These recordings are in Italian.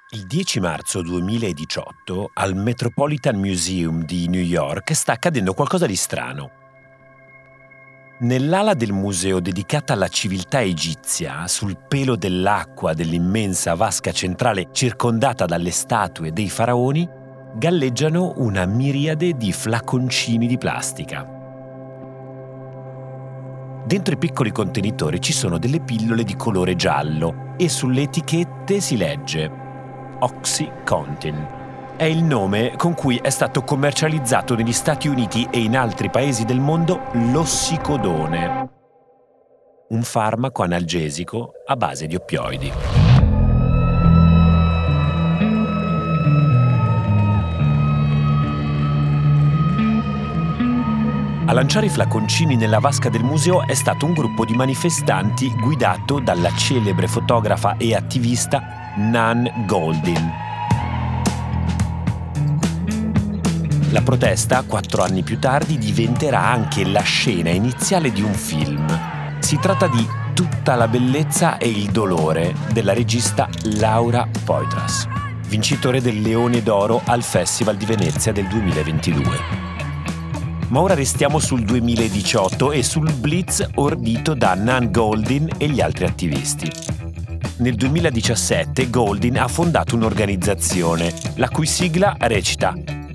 Il 10 marzo 2018 al Metropolitan Museum di New York sta accadendo qualcosa di strano. Nell'ala del museo dedicata alla civiltà egizia, sul pelo dell'acqua dell'immensa vasca centrale circondata dalle statue dei faraoni, galleggiano una miriade di flaconcini di plastica. Dentro i piccoli contenitori ci sono delle pillole di colore giallo e sulle etichette si legge OxyContin. È il nome con cui è stato commercializzato negli Stati Uniti e in altri paesi del mondo l'ossicodone, un farmaco analgesico a base di oppioidi. A lanciare i flaconcini nella vasca del museo è stato un gruppo di manifestanti guidato dalla celebre fotografa e attivista Nan Goldin. La protesta, 4 anni più tardi, diventerà anche la scena iniziale di un film. Si tratta di Tutta la bellezza e il dolore della regista Laura Poitras, vincitore del Leone d'Oro al Festival di Venezia del 2022. Ma ora restiamo sul 2018 e sul blitz ordito da Nan Goldin e gli altri attivisti. Nel 2017 Goldin ha fondato un'organizzazione, la cui sigla recita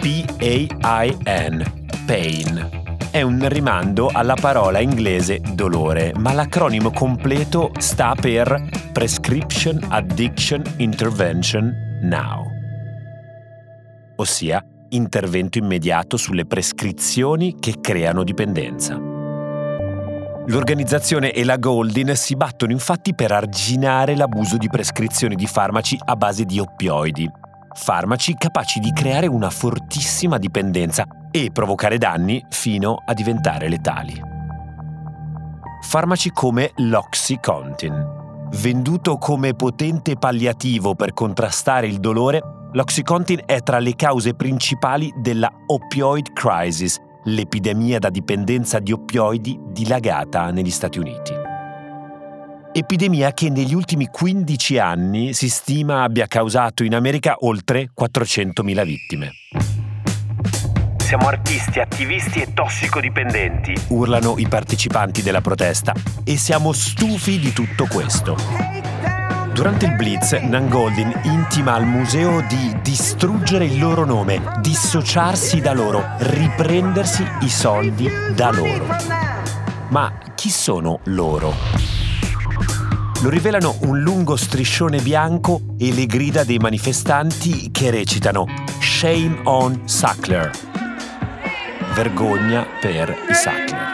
PAIN, Pain. È un rimando alla parola inglese dolore, ma l'acronimo completo sta per Prescription Addiction Intervention Now, ossia intervento immediato sulle prescrizioni che creano dipendenza. L'organizzazione e la Goldin si battono infatti per arginare l'abuso di prescrizioni di farmaci a base di oppioidi, farmaci capaci di creare una fortissima dipendenza e provocare danni fino a diventare letali. Farmaci come l'OxyContin. Venduto come potente palliativo per contrastare il dolore, l'OxyContin è tra le cause principali della opioid crisis, l'epidemia da dipendenza di oppioidi dilagata negli Stati Uniti. Epidemia che negli ultimi 15 anni si stima abbia causato in America oltre 400.000 vittime. Siamo artisti, attivisti e tossicodipendenti, urlano i partecipanti della protesta, e siamo stufi di tutto questo. Durante il blitz, Nan Goldin intima al museo di distruggere il loro nome, dissociarsi da loro, riprendersi i soldi da loro. Ma chi sono loro? Lo rivelano un lungo striscione bianco e le grida dei manifestanti che recitano Shame on Sackler. Vergogna per i Sackler.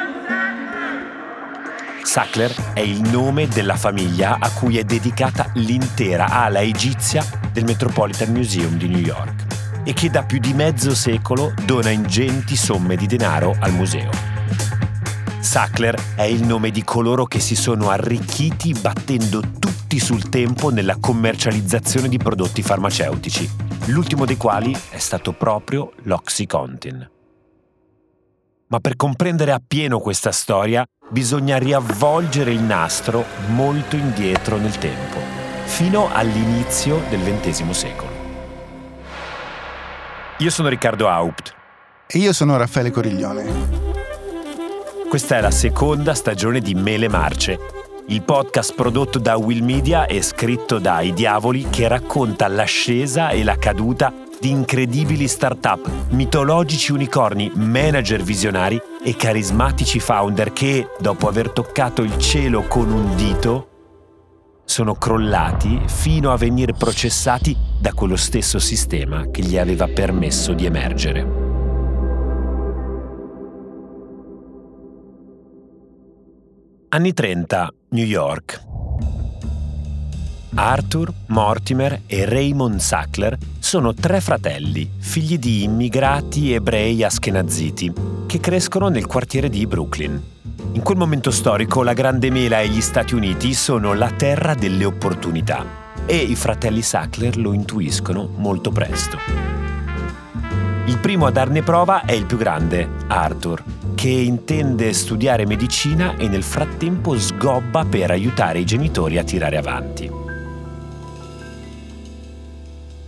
Sackler è il nome della famiglia a cui è dedicata l'intera ala egizia del Metropolitan Museum di New York e che da più di mezzo secolo dona ingenti somme di denaro al museo. Sackler è il nome di coloro che si sono arricchiti battendo tutti sul tempo nella commercializzazione di prodotti farmaceutici, l'ultimo dei quali è stato proprio l'OxyContin. Ma per comprendere appieno questa storia bisogna riavvolgere il nastro molto indietro nel tempo, fino all'inizio del XX secolo. Io sono Riccardo Haupt. E io sono Raffaele Coriglione. Questa è la seconda stagione di Mele Marce, il podcast prodotto da Will Media e scritto da I Diavoli, che racconta l'ascesa e la caduta di incredibili start-up, mitologici unicorni, manager visionari e carismatici founder che, dopo aver toccato il cielo con un dito, sono crollati fino a venire processati da quello stesso sistema che gli aveva permesso di emergere. Anni 30, New York. Arthur, Mortimer e Raymond Sackler sono 3 fratelli, figli di immigrati ebrei askenaziti, che crescono nel quartiere di Brooklyn. In quel momento storico la Grande Mela e gli Stati Uniti sono la terra delle opportunità e i fratelli Sackler lo intuiscono molto presto. Il primo a darne prova è il più grande, Arthur, che intende studiare medicina e nel frattempo sgobba per aiutare i genitori a tirare avanti.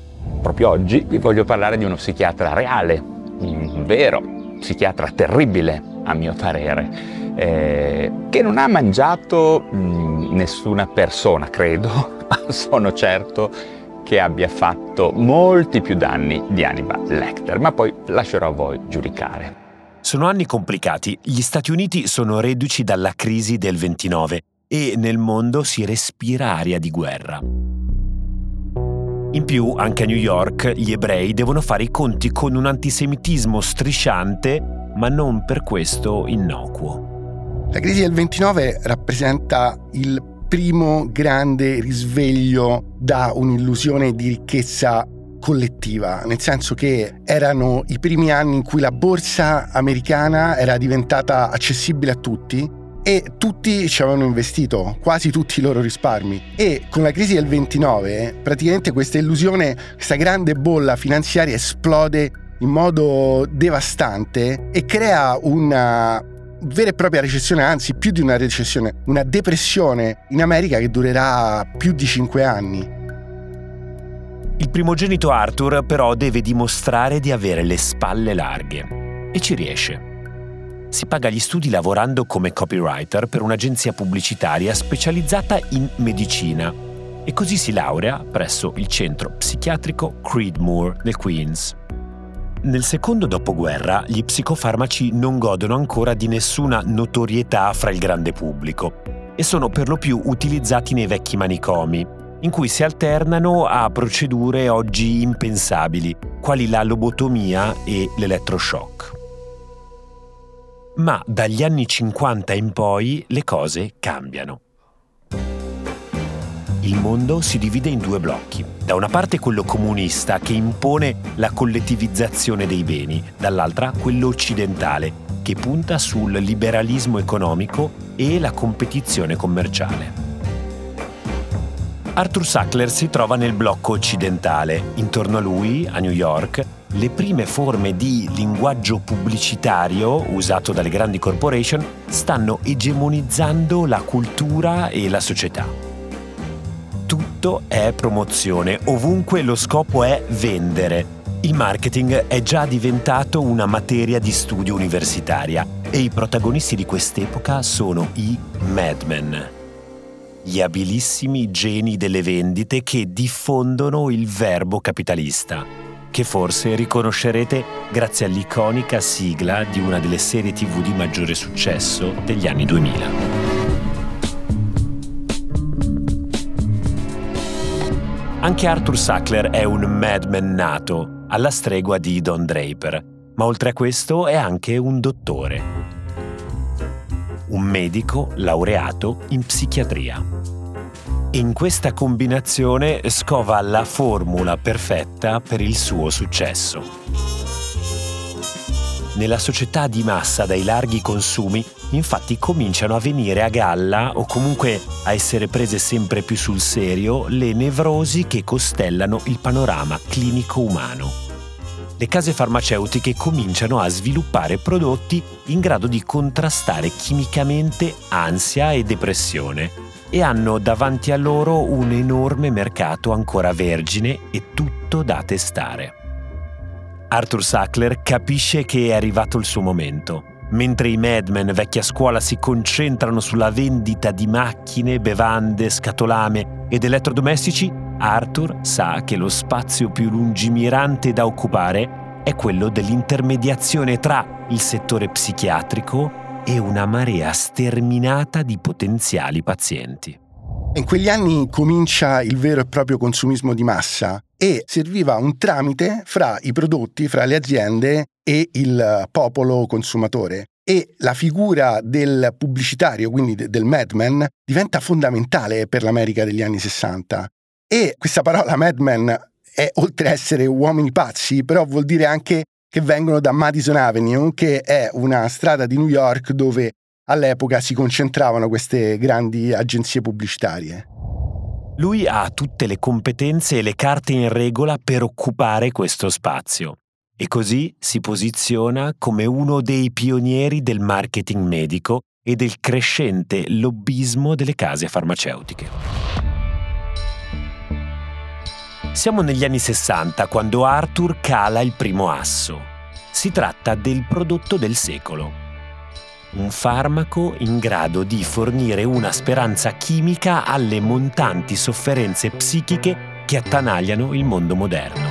proprio oggi vi voglio parlare di uno psichiatra reale, un vero psichiatra terribile a mio parere, che non ha mangiato nessuna persona, credo, ma sono certo che abbia fatto molti più danni di Hannibal Lecter, ma poi lascerò a voi giudicare. Sono anni complicati. Gli Stati Uniti sono reduci dalla crisi del 29 e nel mondo si respira aria di guerra. In più, anche a New York, gli ebrei devono fare i conti con un antisemitismo strisciante, ma non per questo innocuo. La crisi del 29 rappresenta il primo grande risveglio da un'illusione di ricchezza collettiva, nel senso che erano i primi anni in cui la borsa americana era diventata accessibile a tutti e tutti ci avevano investito, quasi tutti i loro risparmi, e con la crisi del 29 praticamente questa illusione, questa grande bolla finanziaria esplode in modo devastante e crea una vera e propria recessione, anzi più di una recessione, una depressione in America che durerà più di 5 anni. Il primogenito Arthur però deve dimostrare di avere le spalle larghe e ci riesce. Si paga gli studi lavorando come copywriter per un'agenzia pubblicitaria specializzata in medicina e così si laurea presso il centro psichiatrico Creedmoor nel Queens. Nel secondo dopoguerra gli psicofarmaci non godono ancora di nessuna notorietà fra il grande pubblico e sono per lo più utilizzati nei vecchi manicomi, in cui si alternano a procedure oggi impensabili, quali la lobotomia e l'elettroshock. Ma dagli anni 50 in poi le cose cambiano. Il mondo si divide in due blocchi. Da una parte quello comunista che impone la collettivizzazione dei beni, dall'altra quello occidentale che punta sul liberalismo economico e la competizione commerciale. Arthur Sackler si trova nel blocco occidentale. Intorno a lui, a New York, le prime forme di linguaggio pubblicitario usato dalle grandi corporation stanno egemonizzando la cultura e la società. Tutto è promozione, ovunque lo scopo è vendere. Il marketing è già diventato una materia di studio universitaria e i protagonisti di quest'epoca sono i Mad Men, gli abilissimi geni delle vendite che diffondono il verbo capitalista, che forse riconoscerete grazie all'iconica sigla di una delle serie TV di maggiore successo degli anni 2000. Anche Arthur Sackler è un madman nato, alla stregua di Don Draper, ma oltre a questo è anche un dottore. Un medico laureato in psichiatria. E in questa combinazione scova la formula perfetta per il suo successo. Nella società di massa dai larghi consumi, infatti cominciano a venire a galla o comunque a essere prese sempre più sul serio le nevrosi che costellano il panorama clinico umano. Le case farmaceutiche cominciano a sviluppare prodotti in grado di contrastare chimicamente ansia e depressione e hanno davanti a loro un enorme mercato ancora vergine e tutto da testare. Arthur Sackler capisce che è arrivato il suo momento. Mentre i madmen vecchia scuola si concentrano sulla vendita di macchine, bevande, scatolame ed elettrodomestici, Arthur sa che lo spazio più lungimirante da occupare è quello dell'intermediazione tra il settore psichiatrico e una marea sterminata di potenziali pazienti. In quegli anni comincia il vero e proprio consumismo di massa e serviva un tramite fra i prodotti, fra le aziende e il popolo consumatore. E la figura del pubblicitario, quindi del madman, diventa fondamentale per l'America degli anni 60. E questa parola madman è, oltre a essere uomini pazzi, però vuol dire anche che vengono da Madison Avenue, che è una strada di New York dove all'epoca si concentravano queste grandi agenzie pubblicitarie. Lui ha tutte le competenze e le carte in regola per occupare questo spazio e così si posiziona come uno dei pionieri del marketing medico e del crescente lobbismo delle case farmaceutiche. Siamo negli anni 60 quando Arthur cala il primo asso. Si tratta del prodotto del secolo. Un farmaco in grado di fornire una speranza chimica alle montanti sofferenze psichiche che attanagliano il mondo moderno.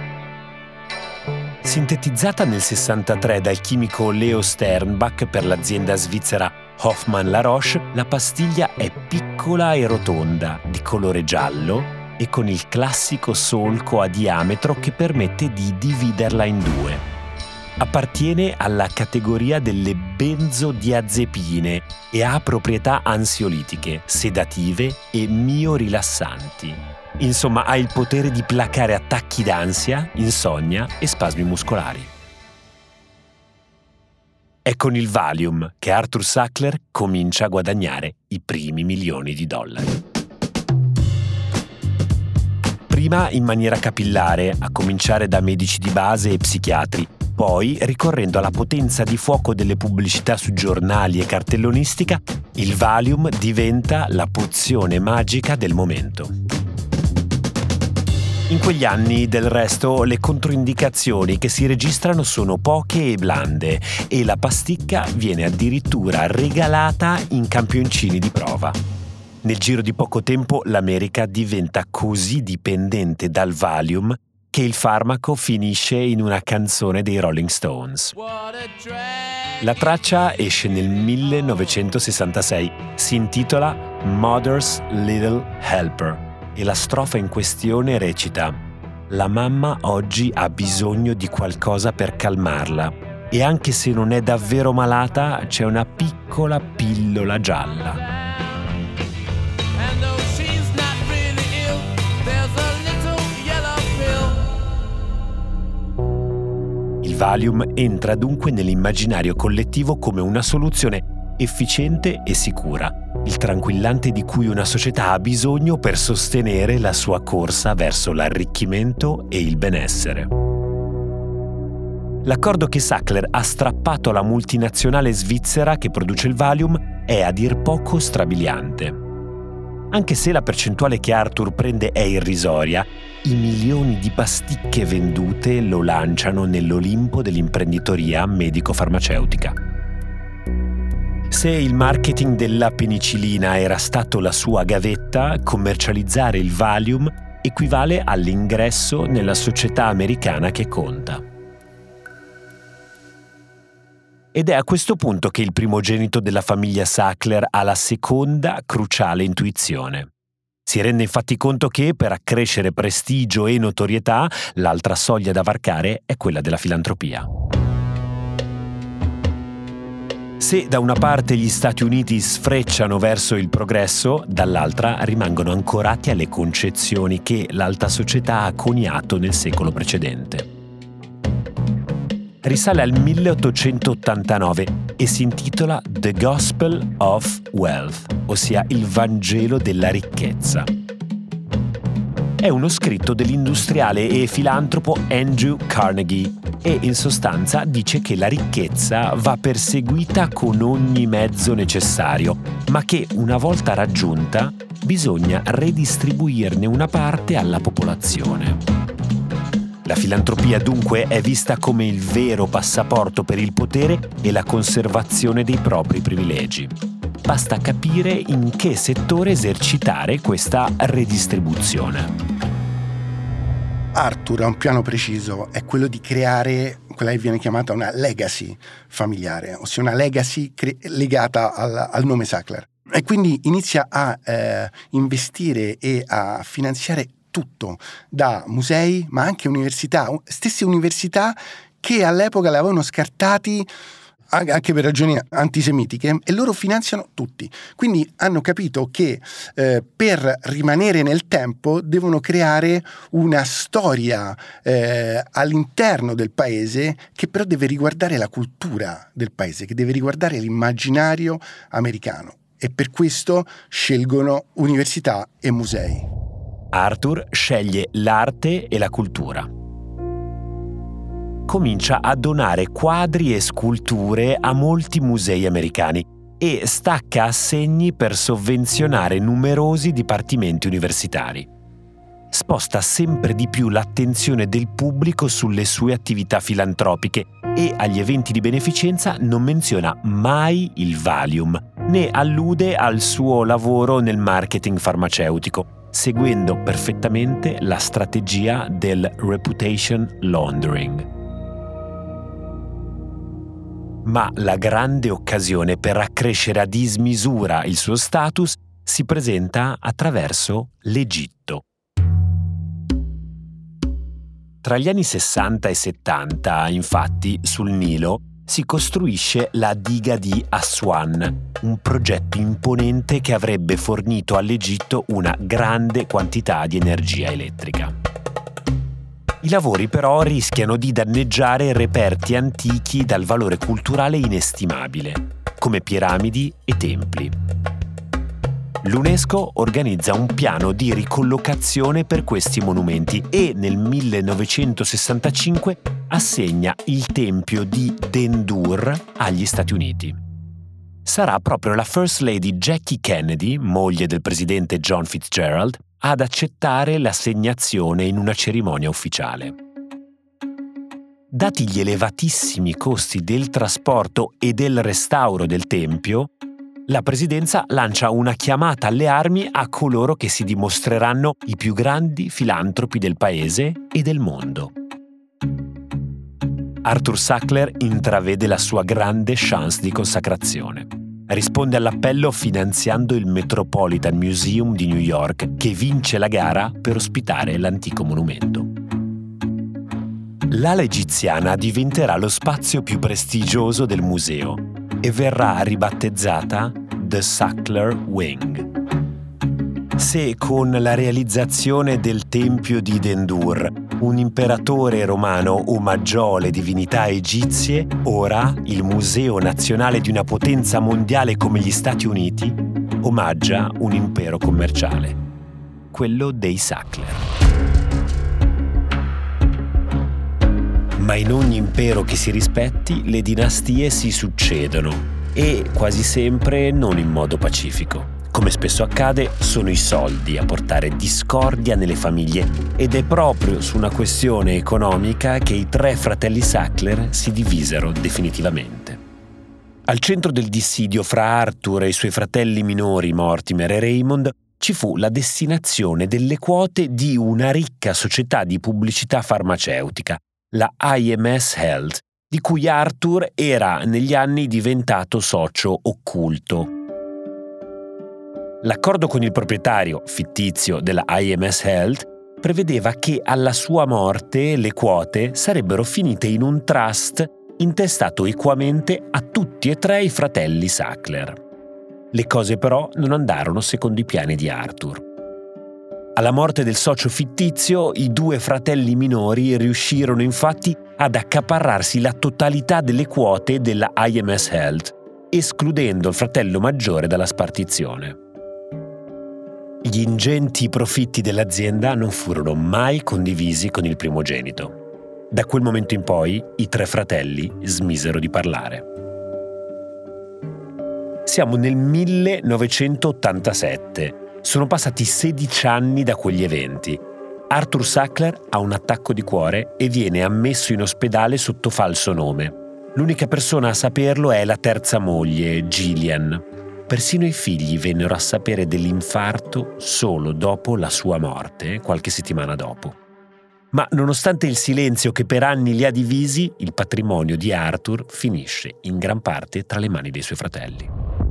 Sintetizzata nel 63 dal chimico Leo Sternbach per l'azienda svizzera Hoffmann-La Roche, la pastiglia è piccola e rotonda, di colore giallo e con il classico solco a diametro che permette di dividerla in due. Appartiene alla categoria delle benzodiazepine e ha proprietà ansiolitiche, sedative e miorilassanti. Insomma, ha il potere di placare attacchi d'ansia, insonnia e spasmi muscolari. È con il Valium che Arthur Sackler comincia a guadagnare i primi milioni di dollari. Prima in maniera capillare, a cominciare da medici di base e psichiatri, poi, ricorrendo alla potenza di fuoco delle pubblicità su giornali e cartellonistica, il Valium diventa la pozione magica del momento. In quegli anni, del resto, le controindicazioni che si registrano sono poche e blande e la pasticca viene addirittura regalata in campioncini di prova. Nel giro di poco tempo l'America diventa così dipendente dal Valium che il farmaco finisce in una canzone dei Rolling Stones. La traccia esce nel 1966, si intitola Mother's Little Helper e la strofa in questione recita: «La mamma oggi ha bisogno di qualcosa per calmarla e anche se non è davvero malata c'è una piccola pillola gialla». Il Valium entra dunque nell'immaginario collettivo come una soluzione efficiente e sicura, il tranquillante di cui una società ha bisogno per sostenere la sua corsa verso l'arricchimento e il benessere. L'accordo che Sackler ha strappato alla multinazionale svizzera che produce il Valium è a dir poco strabiliante. Anche se la percentuale che Arthur prende è irrisoria, i milioni di pasticche vendute lo lanciano nell'Olimpo dell'imprenditoria medico-farmaceutica. Se il marketing della penicillina era stato la sua gavetta, commercializzare il Valium equivale all'ingresso nella società americana che conta. Ed è a questo punto che il primogenito della famiglia Sackler ha la seconda cruciale intuizione. Si rende infatti conto che per accrescere prestigio e notorietà, l'altra soglia da varcare è quella della filantropia. Se da una parte gli Stati Uniti sfrecciano verso il progresso, dall'altra rimangono ancorati alle concezioni che l'alta società ha coniato nel secolo precedente. Risale al 1889 e si intitola The Gospel of Wealth, ossia il Vangelo della ricchezza. È uno scritto dell'industriale e filantropo Andrew Carnegie e in sostanza dice che la ricchezza va perseguita con ogni mezzo necessario, ma che una volta raggiunta bisogna redistribuirne una parte alla popolazione. La filantropia dunque è vista come il vero passaporto per il potere e la conservazione dei propri privilegi. Basta capire in che settore esercitare questa redistribuzione. Arthur ha un piano preciso, è quello di creare quella che viene chiamata una legacy familiare, ossia una legacy legata al nome Sackler. E quindi inizia a investire e a finanziare tutto, da musei ma anche università, stesse università che all'epoca le avevano scartati anche per ragioni antisemitiche, e loro finanziano tutti. Quindi hanno capito che per rimanere nel tempo devono creare una storia all'interno del paese che però deve riguardare la cultura del paese, che deve riguardare l'immaginario americano, e per questo scelgono università e musei. Arthur sceglie l'arte e la cultura. Comincia a donare quadri e sculture a molti musei americani e stacca assegni per sovvenzionare numerosi dipartimenti universitari. sposta sempre di più l'attenzione del pubblico sulle sue attività filantropiche e agli eventi di beneficenza non menziona mai il Valium, né allude al suo lavoro nel marketing farmaceutico, seguendo perfettamente la strategia del reputation laundering. Ma la grande occasione per accrescere a dismisura il suo status si presenta attraverso l'Egitto. Tra gli anni 60 e 70, infatti, sul Nilo si costruisce la diga di Aswan, un progetto imponente che avrebbe fornito all'Egitto una grande quantità di energia elettrica. I lavori però rischiano di danneggiare reperti antichi dal valore culturale inestimabile, come piramidi e templi. L'UNESCO organizza un piano di ricollocazione per questi monumenti e nel 1965 assegna il tempio di Dendur agli Stati Uniti. Sarà proprio la First Lady Jackie Kennedy, moglie del presidente John Fitzgerald, ad accettare l'assegnazione in una cerimonia ufficiale. Dati gli elevatissimi costi del trasporto e del restauro del tempio, la presidenza lancia una chiamata alle armi a coloro che si dimostreranno i più grandi filantropi del paese e del mondo. Arthur Sackler intravede la sua grande chance di consacrazione. Risponde all'appello finanziando il Metropolitan Museum di New York, che vince la gara per ospitare l'antico monumento. L'ala egiziana diventerà lo spazio più prestigioso del museo e verrà ribattezzata The Sackler Wing. Se con la realizzazione del Tempio di Dendur un imperatore romano omaggiò le divinità egizie, ora il Museo Nazionale di una potenza mondiale come gli Stati Uniti omaggia un impero commerciale, quello dei Sackler. Ma in ogni impero che si rispetti, le dinastie si succedono e quasi sempre non in modo pacifico. Come spesso accade, sono i soldi a portare discordia nelle famiglie ed è proprio su una questione economica che i tre fratelli Sackler si divisero definitivamente. Al centro del dissidio fra Arthur e i suoi fratelli minori Mortimer e Raymond ci fu la destinazione delle quote di una ricca società di pubblicità farmaceutica, la IMS Health, di cui Arthur era negli anni diventato socio occulto. L'accordo con il proprietario fittizio della IMS Health prevedeva che alla sua morte le quote sarebbero finite in un trust intestato equamente a tutti e tre i fratelli Sackler. Le cose però non andarono secondo i piani di Arthur. Alla morte del socio fittizio, i due fratelli minori riuscirono infatti ad accaparrarsi la totalità delle quote della IMS Health, escludendo il fratello maggiore dalla spartizione. Gli ingenti profitti dell'azienda non furono mai condivisi con il primogenito. Da quel momento in poi i tre fratelli smisero di parlare. Siamo nel 1987. Sono passati 16 anni da quegli eventi. Arthur Sackler ha un attacco di cuore e viene ammesso in ospedale sotto falso nome. L'unica persona a saperlo è la terza moglie, Gillian. Persino i figli vennero a sapere dell'infarto solo dopo la sua morte, qualche settimana dopo. Ma nonostante il silenzio che per anni li ha divisi, il patrimonio di Arthur finisce in gran parte tra le mani dei suoi fratelli.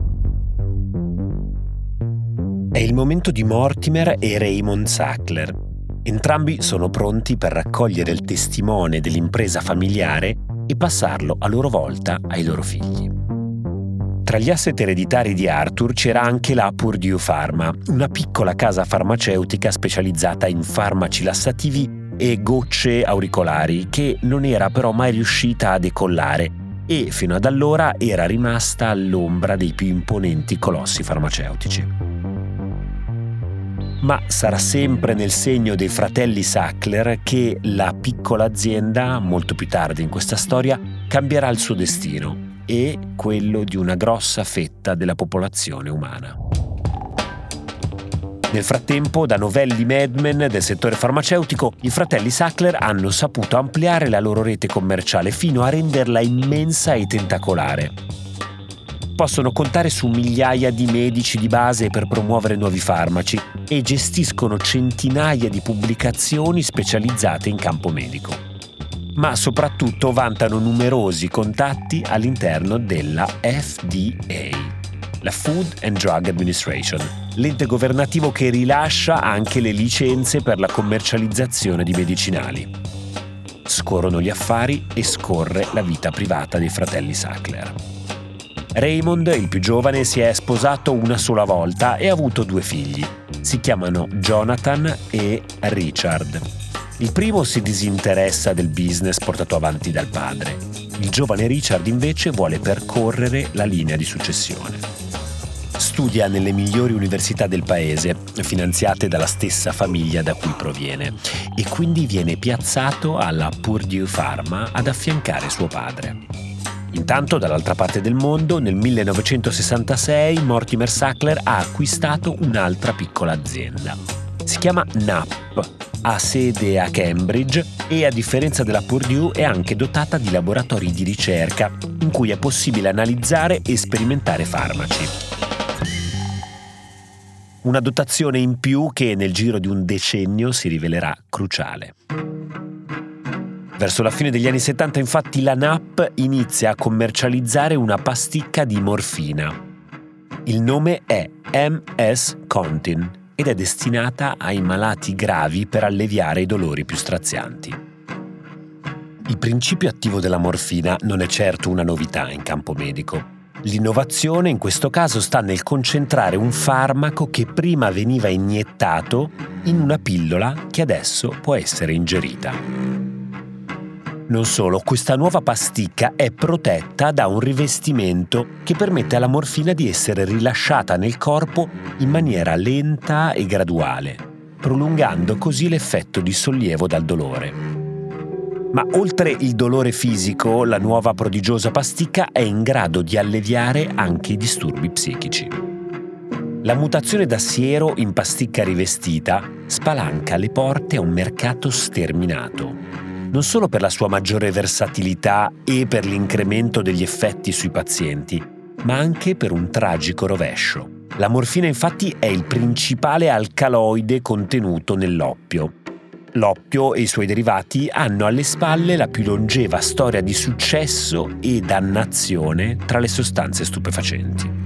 È il momento di Mortimer e Raymond Sackler. Entrambi sono pronti per raccogliere il testimone dell'impresa familiare e passarlo a loro volta ai loro figli. Tra gli asset ereditari di Arthur c'era anche la Purdue Pharma, una piccola casa farmaceutica specializzata in farmaci lassativi e gocce auricolari che non era però mai riuscita a decollare e fino ad allora era rimasta all'ombra dei più imponenti colossi farmaceutici. Ma sarà sempre nel segno dei fratelli Sackler che la piccola azienda, molto più tardi in questa storia, cambierà il suo destino e quello di una grossa fetta della popolazione umana. Nel frattempo, da novelli madmen del settore farmaceutico, i fratelli Sackler hanno saputo ampliare la loro rete commerciale fino a renderla immensa e tentacolare. Possono contare su migliaia di medici di base per promuovere nuovi farmaci e gestiscono centinaia di pubblicazioni specializzate in campo medico. Ma soprattutto vantano numerosi contatti all'interno della FDA, la Food and Drug Administration, l'ente governativo che rilascia anche le licenze per la commercializzazione di medicinali. Scorrono gli affari e scorre la vita privata dei fratelli Sackler. Raymond, il più giovane, si è sposato una sola volta e ha avuto 2 figli. Si chiamano Jonathan e Richard. Il primo si disinteressa del business portato avanti dal padre. Il giovane Richard invece vuole percorrere la linea di successione. Studia nelle migliori università del paese, finanziate dalla stessa famiglia da cui proviene, e quindi viene piazzato alla Purdue Pharma ad affiancare suo padre. Intanto, dall'altra parte del mondo, nel 1966 Mortimer Sackler ha acquistato un'altra piccola azienda. Si chiama NAP, ha sede a Cambridge e, a differenza della Purdue, è anche dotata di laboratori di ricerca in cui è possibile analizzare e sperimentare farmaci. Una dotazione in più che nel giro di un decennio si rivelerà cruciale. Verso la fine degli anni 70, infatti, la NAP inizia a commercializzare una pasticca di morfina. Il nome è MS Contin ed è destinata ai malati gravi per alleviare i dolori più strazianti. Il principio attivo della morfina non è certo una novità in campo medico. L'innovazione in questo caso sta nel concentrare un farmaco che prima veniva iniettato in una pillola che adesso può essere ingerita. Non solo, questa nuova pasticca è protetta da un rivestimento che permette alla morfina di essere rilasciata nel corpo in maniera lenta e graduale, prolungando così l'effetto di sollievo dal dolore. Ma oltre il dolore fisico, la nuova prodigiosa pasticca è in grado di alleviare anche i disturbi psichici. La mutazione da siero in pasticca rivestita spalanca le porte a un mercato sterminato. Non solo per la sua maggiore versatilità e per l'incremento degli effetti sui pazienti, ma anche per un tragico rovescio. La morfina infatti è il principale alcaloide contenuto nell'oppio. L'oppio e i suoi derivati hanno alle spalle la più longeva storia di successo e dannazione tra le sostanze stupefacenti.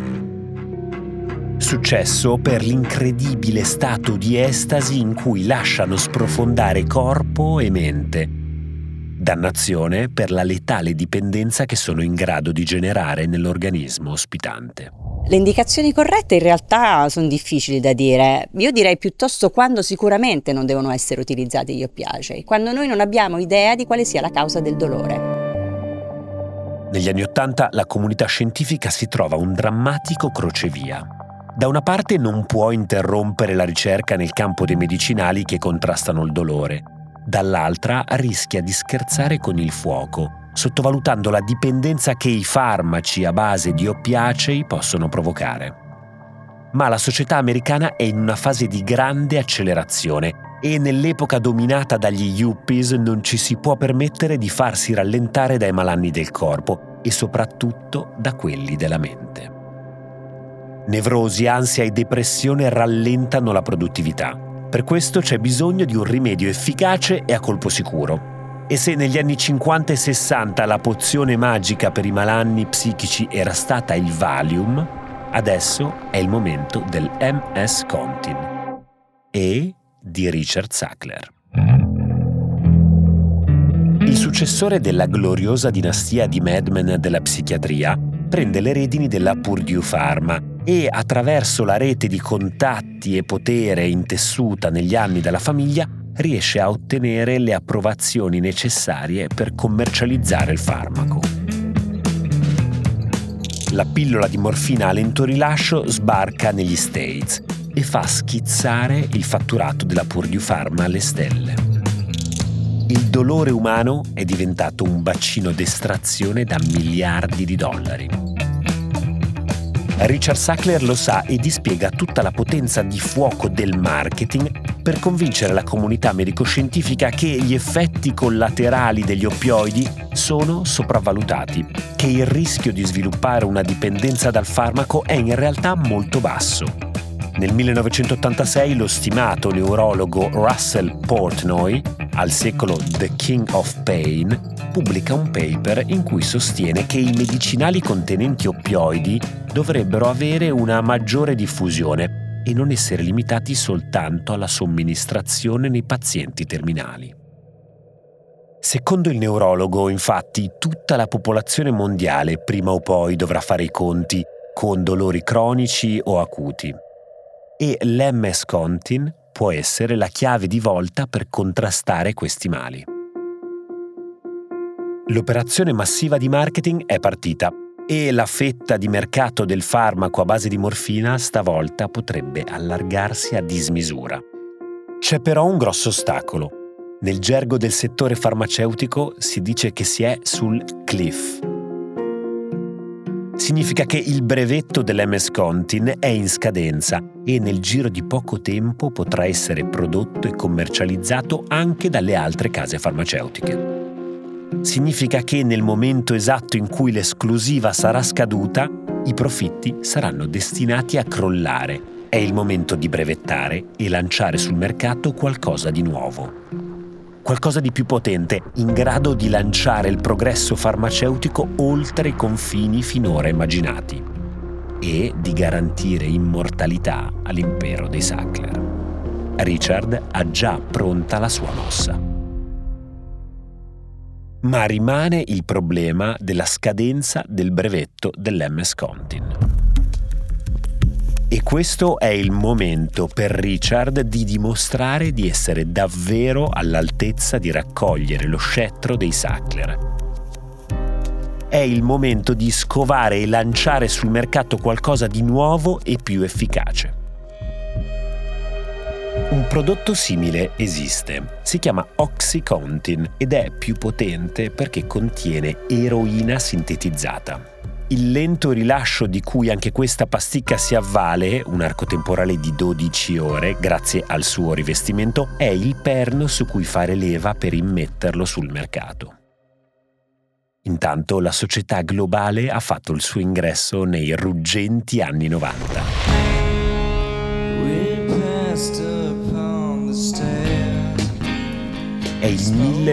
Successo per l'incredibile stato di estasi in cui lasciano sprofondare corpo e mente. Dannazione per la letale dipendenza che sono in grado di generare nell'organismo ospitante. Le indicazioni corrette in realtà sono difficili da dire. Io direi piuttosto quando sicuramente non devono essere utilizzati gli oppiacei, quando noi non abbiamo idea di quale sia la causa del dolore. Negli anni '80 la comunità scientifica si trova un drammatico crocevia. Da una parte non può interrompere la ricerca nel campo dei medicinali che contrastano il dolore, dall'altra rischia di scherzare con il fuoco, sottovalutando la dipendenza che i farmaci a base di oppiacei possono provocare. Ma la società americana è in una fase di grande accelerazione e nell'epoca dominata dagli yuppies non ci si può permettere di farsi rallentare dai malanni del corpo e soprattutto da quelli della mente. Nevrosi, ansia e depressione rallentano la produttività. Per questo c'è bisogno di un rimedio efficace e a colpo sicuro. E se negli anni 50 e 60 la pozione magica per i malanni psichici era stata il Valium, adesso è il momento del MS Contin e di Richard Sackler. Il successore della gloriosa dinastia di madmen della psichiatria prende le redini della Purdue Pharma e, attraverso la rete di contatti e potere intessuta negli anni dalla famiglia, riesce a ottenere le approvazioni necessarie per commercializzare il farmaco. La pillola di morfina a lento rilascio sbarca negli States e fa schizzare il fatturato della Purdue Pharma alle stelle. Il dolore umano è diventato un bacino d'estrazione da miliardi di dollari. Richard Sackler lo sa e dispiega tutta la potenza di fuoco del marketing per convincere la comunità medico-scientifica che gli effetti collaterali degli oppioidi sono sopravvalutati, che il rischio di sviluppare una dipendenza dal farmaco è in realtà molto basso. Nel 1986 lo stimato neurologo Russell Portnoy, al secolo The King of Pain, pubblica un paper in cui sostiene che i medicinali contenenti oppioidi dovrebbero avere una maggiore diffusione e non essere limitati soltanto alla somministrazione nei pazienti terminali. Secondo il neurologo, infatti, tutta la popolazione mondiale prima o poi dovrà fare i conti con dolori cronici o acuti. E l'MS-Contin può essere la chiave di volta per contrastare questi mali. L'operazione massiva di marketing è partita e la fetta di mercato del farmaco a base di morfina stavolta potrebbe allargarsi a dismisura. C'è però un grosso ostacolo. Nel gergo del settore farmaceutico si dice che si è sul cliff. Significa che il brevetto dell'MS-Contin è in scadenza e nel giro di poco tempo potrà essere prodotto e commercializzato anche dalle altre case farmaceutiche. Significa che nel momento esatto in cui l'esclusiva sarà scaduta, i profitti saranno destinati a crollare. È il momento di brevettare e lanciare sul mercato qualcosa di nuovo. Qualcosa di più potente, in grado di lanciare il progresso farmaceutico oltre i confini finora immaginati e di garantire immortalità all'impero dei Sackler. Richard ha già pronta la sua mossa. Ma rimane il problema della scadenza del brevetto dell'MS-Contin. E questo è il momento per Richard di dimostrare di essere davvero all'altezza di raccogliere lo scettro dei Sackler. È il momento di scovare e lanciare sul mercato qualcosa di nuovo e più efficace. Un prodotto simile esiste, si chiama OxyContin ed è più potente perché contiene eroina sintetizzata. Il lento rilascio di cui anche questa pasticca si avvale, un arco temporale di 12 ore, grazie al suo rivestimento, è il perno su cui fare leva per immetterlo sul mercato. Intanto la società globale ha fatto il suo ingresso nei ruggenti anni 90. È il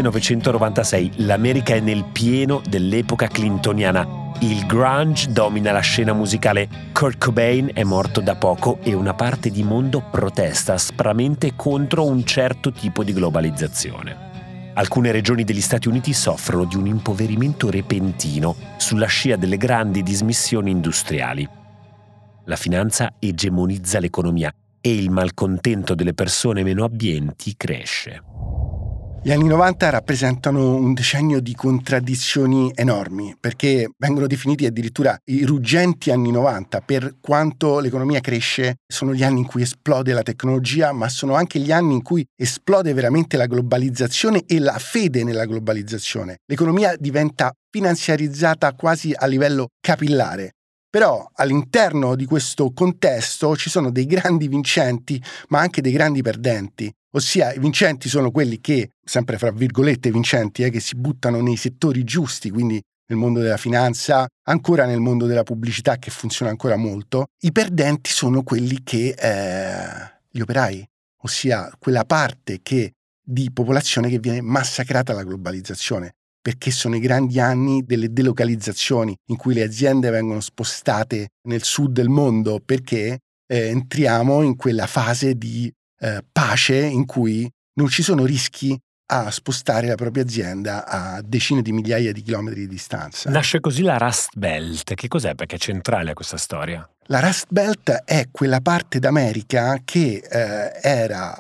1996, l'America è nel pieno dell'epoca clintoniana. Il grunge domina la scena musicale, Kurt Cobain è morto da poco e una parte di mondo protesta aspramente contro un certo tipo di globalizzazione. Alcune regioni degli Stati Uniti soffrono di un impoverimento repentino sulla scia delle grandi dismissioni industriali. La finanza egemonizza l'economia e il malcontento delle persone meno abbienti cresce. Gli anni 90 rappresentano un decennio di contraddizioni enormi, perché vengono definiti addirittura i ruggenti anni 90 per quanto l'economia cresce. Sono gli anni in cui esplode la tecnologia, ma sono anche gli anni in cui esplode veramente la globalizzazione e la fede nella globalizzazione. L'economia diventa finanziarizzata quasi a livello capillare. Però all'interno di questo contesto ci sono dei grandi vincenti, ma anche dei grandi perdenti. Ossia, i vincenti sono quelli che, sempre fra virgolette vincenti, che si buttano nei settori giusti, quindi nel mondo della finanza, ancora nel mondo della pubblicità che funziona ancora molto. I perdenti sono quelli che, gli operai, ossia quella parte di popolazione che viene massacrata dalla globalizzazione, perché sono i grandi anni delle delocalizzazioni in cui le aziende vengono spostate nel sud del mondo, perché entriamo in quella fase di pace in cui non ci sono rischi a spostare la propria azienda a decine di migliaia di chilometri di distanza. Nasce così la Rust Belt. Che cos'è? Perché è centrale a questa storia. La Rust Belt è quella parte d'America che era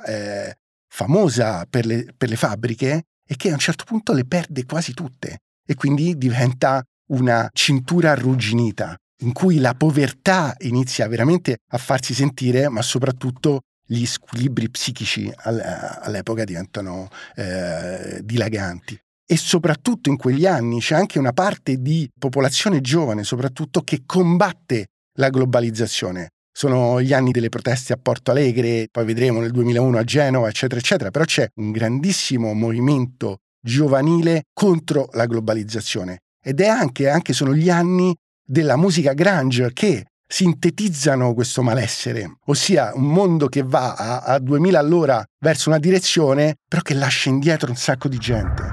famosa per le fabbriche e che a un certo punto le perde quasi tutte e quindi diventa una cintura arrugginita in cui la povertà inizia veramente a farsi sentire, ma soprattutto gli squilibri psichici all'epoca diventano dilaganti. E soprattutto in quegli anni c'è anche una parte di popolazione giovane, soprattutto, che combatte la globalizzazione. Sono gli anni delle proteste a Porto Alegre, poi vedremo nel 2001 a Genova, eccetera, eccetera, però c'è un grandissimo movimento giovanile contro la globalizzazione. Ed è anche sono gli anni della musica grunge che sintetizzano questo malessere, ossia un mondo che va a 2000 all'ora verso una direzione, però che lascia indietro un sacco di gente.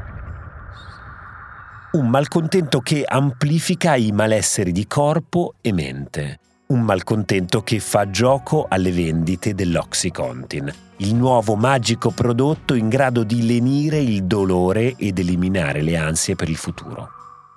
Un malcontento che amplifica i malesseri di corpo e mente. Un malcontento che fa gioco alle vendite dell'Oxycontin, il nuovo magico prodotto in grado di lenire il dolore ed eliminare le ansie per il futuro.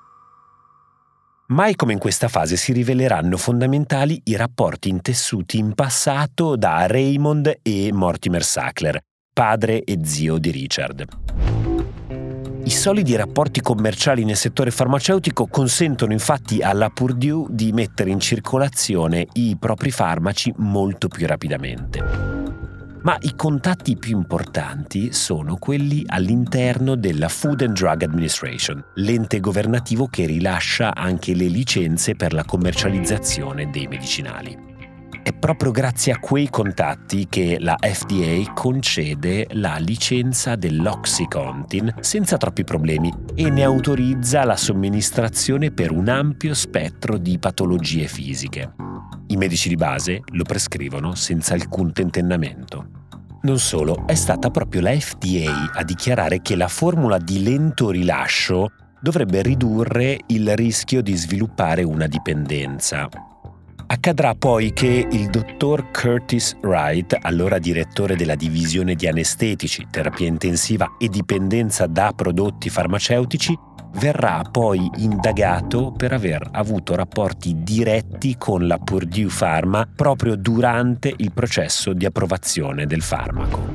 Mai come in questa fase si riveleranno fondamentali i rapporti intessuti in passato da Raymond e Mortimer Sackler, padre e zio di Richard. I solidi rapporti commerciali nel settore farmaceutico consentono infatti alla Purdue di mettere in circolazione i propri farmaci molto più rapidamente. Ma i contatti più importanti sono quelli all'interno della Food and Drug Administration, l'ente governativo che rilascia anche le licenze per la commercializzazione dei medicinali. È proprio grazie a quei contatti che la FDA concede la licenza dell'Oxycontin senza troppi problemi e ne autorizza la somministrazione per un ampio spettro di patologie fisiche. I medici di base lo prescrivono senza alcun tentennamento. Non solo, è stata proprio la FDA a dichiarare che la formula di lento rilascio dovrebbe ridurre il rischio di sviluppare una dipendenza. Accadrà poi che il dottor Curtis Wright, allora direttore della divisione di anestetici, terapia intensiva e dipendenza da prodotti farmaceutici, verrà poi indagato per aver avuto rapporti diretti con la Purdue Pharma proprio durante il processo di approvazione del farmaco.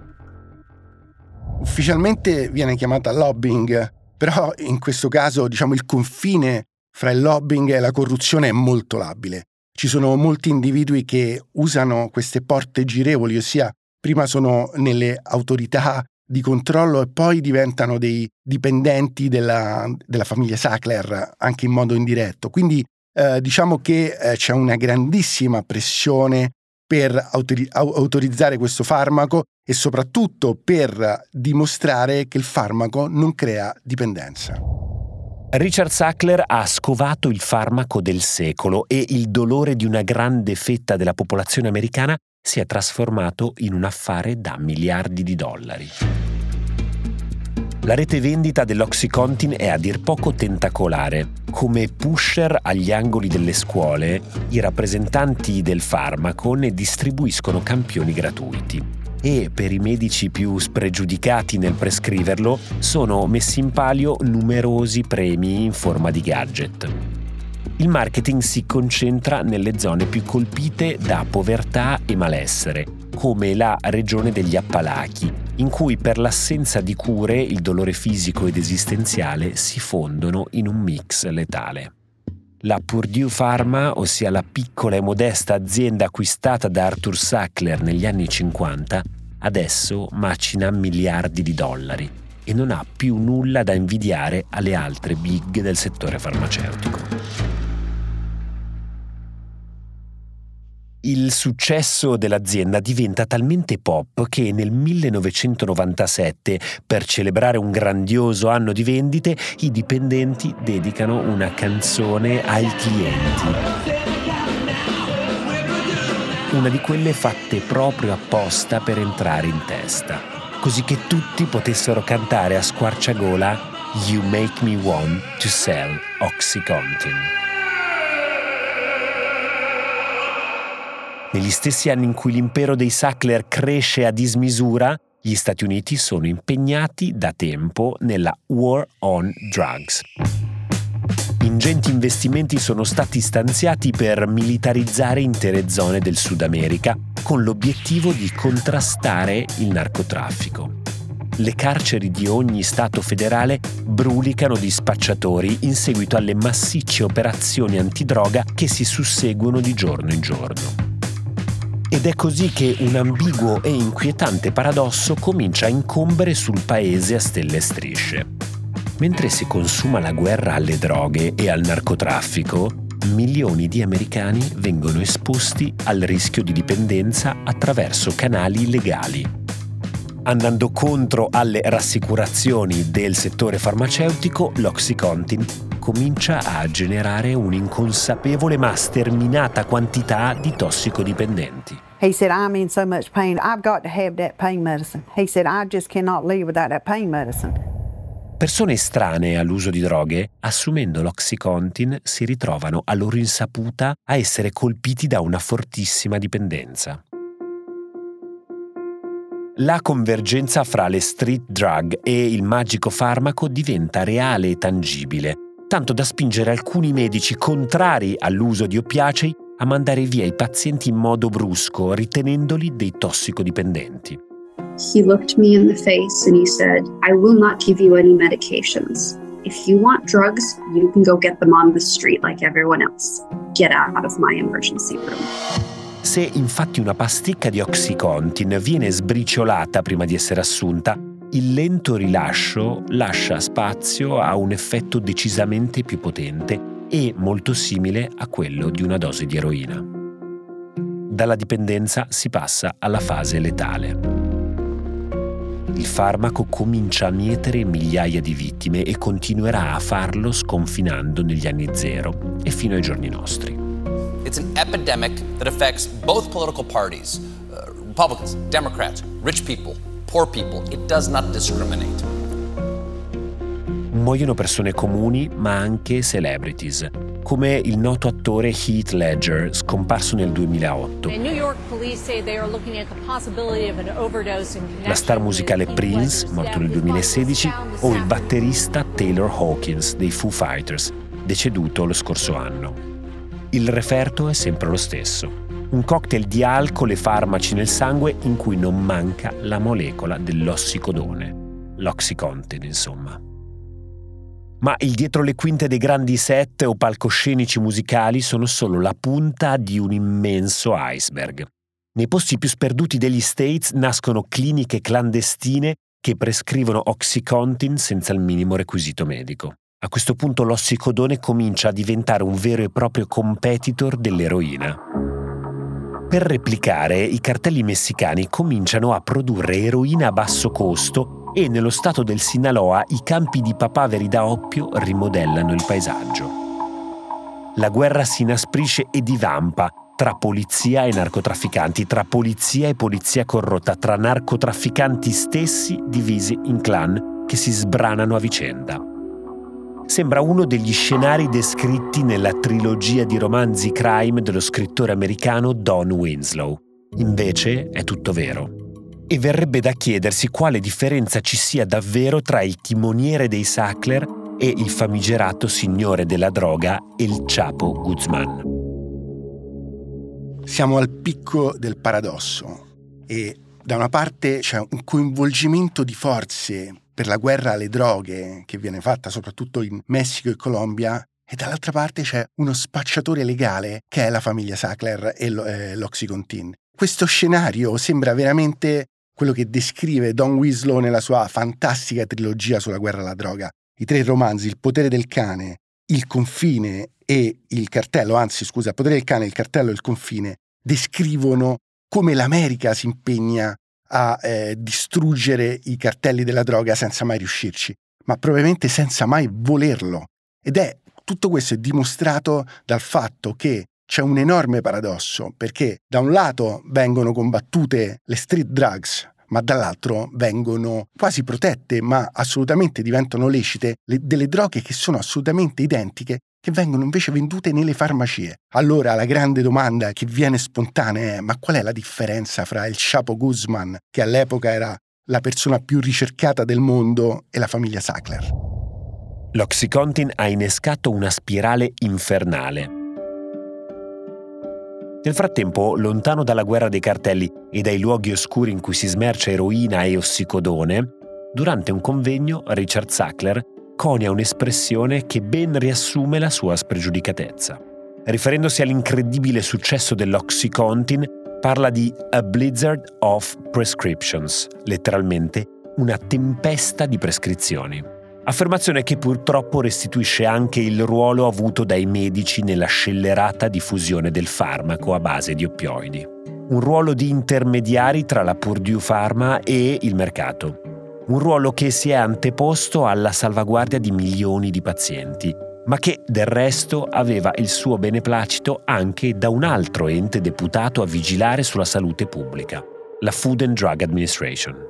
Ufficialmente viene chiamata lobbying, però in questo caso, il confine fra il lobbying e la corruzione è molto labile. Ci sono molti individui che usano queste porte girevoli, ossia prima sono nelle autorità di controllo e poi diventano dei dipendenti della famiglia Sackler, anche in modo indiretto. Quindi diciamo che c'è una grandissima pressione per autorizzare questo farmaco e soprattutto per dimostrare che il farmaco non crea dipendenza. Richard Sackler ha scovato il farmaco del secolo e il dolore di una grande fetta della popolazione americana si è trasformato in un affare da miliardi di dollari. La rete vendita dell'Oxycontin è a dir poco tentacolare. Come pusher agli angoli delle scuole, i rappresentanti del farmaco ne distribuiscono campioni gratuiti. E per i medici più spregiudicati nel prescriverlo sono messi in palio numerosi premi in forma di gadget. Il marketing si concentra nelle zone più colpite da povertà e malessere, come la regione degli Appalachi, in cui per l'assenza di cure il dolore fisico ed esistenziale si fondono in un mix letale. La Purdue Pharma, ossia la piccola e modesta azienda acquistata da Arthur Sackler negli anni 50, adesso macina miliardi di dollari e non ha più nulla da invidiare alle altre big del settore farmaceutico. Il successo dell'azienda diventa talmente pop che nel 1997, per celebrare un grandioso anno di vendite, i dipendenti dedicano una canzone ai clienti. Una di quelle fatte proprio apposta per entrare in testa, così che tutti potessero cantare a squarciagola You Make Me Want to Sell Oxycontin. Negli stessi anni in cui l'impero dei Sackler cresce a dismisura, gli Stati Uniti sono impegnati da tempo nella War on Drugs. Ingenti investimenti sono stati stanziati per militarizzare intere zone del Sud America, con l'obiettivo di contrastare il narcotraffico. Le carceri di ogni Stato federale brulicano di spacciatori in seguito alle massicce operazioni antidroga che si susseguono di giorno in giorno. Ed è così che un ambiguo e inquietante paradosso comincia a incombere sul paese a stelle e strisce. Mentre si consuma la guerra alle droghe e al narcotraffico, milioni di americani vengono esposti al rischio di dipendenza attraverso canali illegali. Andando contro alle rassicurazioni del settore farmaceutico, l'Oxycontin comincia a generare un'inconsapevole ma sterminata quantità di tossicodipendenti. He said, I'm in so much pain, I've got to have that pain medicine. He said, I just cannot live without that pain medicine. Persone estranee all'uso di droghe, assumendo l'Oxycontin, si ritrovano a loro insaputa a essere colpiti da una fortissima dipendenza. La convergenza fra le street drug e il magico farmaco diventa reale e tangibile, tanto da spingere alcuni medici contrari all'uso di oppiacei a mandare via i pazienti in modo brusco, ritenendoli dei tossicodipendenti. He looked me in the face and he said, I will not give you any medications. If you want drugs, you can go get them on the street like everyone else. Get out of my emergency room. Se infatti una pasticca di Oxycontin viene sbriciolata prima di essere assunta, il lento rilascio lascia spazio a un effetto decisamente più potente e molto simile a quello di una dose di eroina. Dalla dipendenza si passa alla fase letale. Il farmaco comincia a mietere migliaia di vittime e continuerà a farlo sconfinando negli anni zero e fino ai giorni nostri. It's an epidemic that affects both political parties, Republicans, Democrats, rich people, poor people. It does not discriminate. Muoiono persone comuni, ma anche celebrities, come il noto attore Heath Ledger, scomparso nel 2008. La star musicale Prince, morto nel 2016, o il batterista Taylor Hawkins dei Foo Fighters, deceduto lo scorso anno. Il referto è sempre lo stesso: un cocktail di alcol e farmaci nel sangue in cui non manca la molecola dell'ossicodone, l'Oxycontin, insomma. Ma il dietro le quinte dei grandi set o palcoscenici musicali sono solo la punta di un immenso iceberg. Nei posti più sperduti degli States nascono cliniche clandestine che prescrivono Oxycontin senza il minimo requisito medico. A questo punto l'ossicodone comincia a diventare un vero e proprio competitor dell'eroina. Per replicare, i cartelli messicani cominciano a produrre eroina a basso costo e nello stato del Sinaloa i campi di papaveri da oppio rimodellano il paesaggio. La guerra si inasprisce e divampa tra polizia e narcotrafficanti, tra polizia e polizia corrotta, tra narcotrafficanti stessi divisi in clan che si sbranano a vicenda. Sembra uno degli scenari descritti nella trilogia di romanzi crime dello scrittore americano Don Winslow. Invece è tutto vero. E verrebbe da chiedersi quale differenza ci sia davvero tra il timoniere dei Sackler e il famigerato signore della droga El Chapo Guzman. Siamo al picco del paradosso e da una parte c'è un coinvolgimento di forze per la guerra alle droghe che viene fatta soprattutto in Messico e Colombia, e dall'altra parte c'è uno spacciatore legale che è la famiglia Sackler e l'Oxycontin. Questo scenario sembra veramente quello che descrive Don Winslow nella sua fantastica trilogia sulla guerra alla droga. I 3 romanzi, Il potere del cane, Il confine e Il cartello, Il potere del cane, Il cartello e Il confine, descrivono come l'America si impegna a distruggere i cartelli della droga senza mai riuscirci, ma probabilmente senza mai volerlo. Tutto questo è dimostrato dal fatto che c'è un enorme paradosso, perché da un lato vengono combattute le street drugs, ma dall'altro vengono quasi protette, ma assolutamente diventano lecite, delle droghe che sono assolutamente identiche, che vengono invece vendute nelle farmacie. Allora la grande domanda che viene spontanea è: ma qual è la differenza fra il Chapo Guzman, che all'epoca era la persona più ricercata del mondo, e la famiglia Sackler? L'Oxycontin ha innescato una spirale infernale. Nel frattempo, lontano dalla guerra dei cartelli e dai luoghi oscuri in cui si smercia eroina e ossicodone, durante un convegno Richard Sackler conia un'espressione che ben riassume la sua spregiudicatezza. Riferendosi all'incredibile successo dell'Oxycontin, parla di a blizzard of prescriptions, letteralmente una tempesta di prescrizioni. Affermazione che purtroppo restituisce anche il ruolo avuto dai medici nella scellerata diffusione del farmaco a base di oppioidi. Un ruolo di intermediari tra la Purdue Pharma e il mercato. Un ruolo che si è anteposto alla salvaguardia di milioni di pazienti, ma che del resto aveva il suo beneplacito anche da un altro ente deputato a vigilare sulla salute pubblica, la Food and Drug Administration.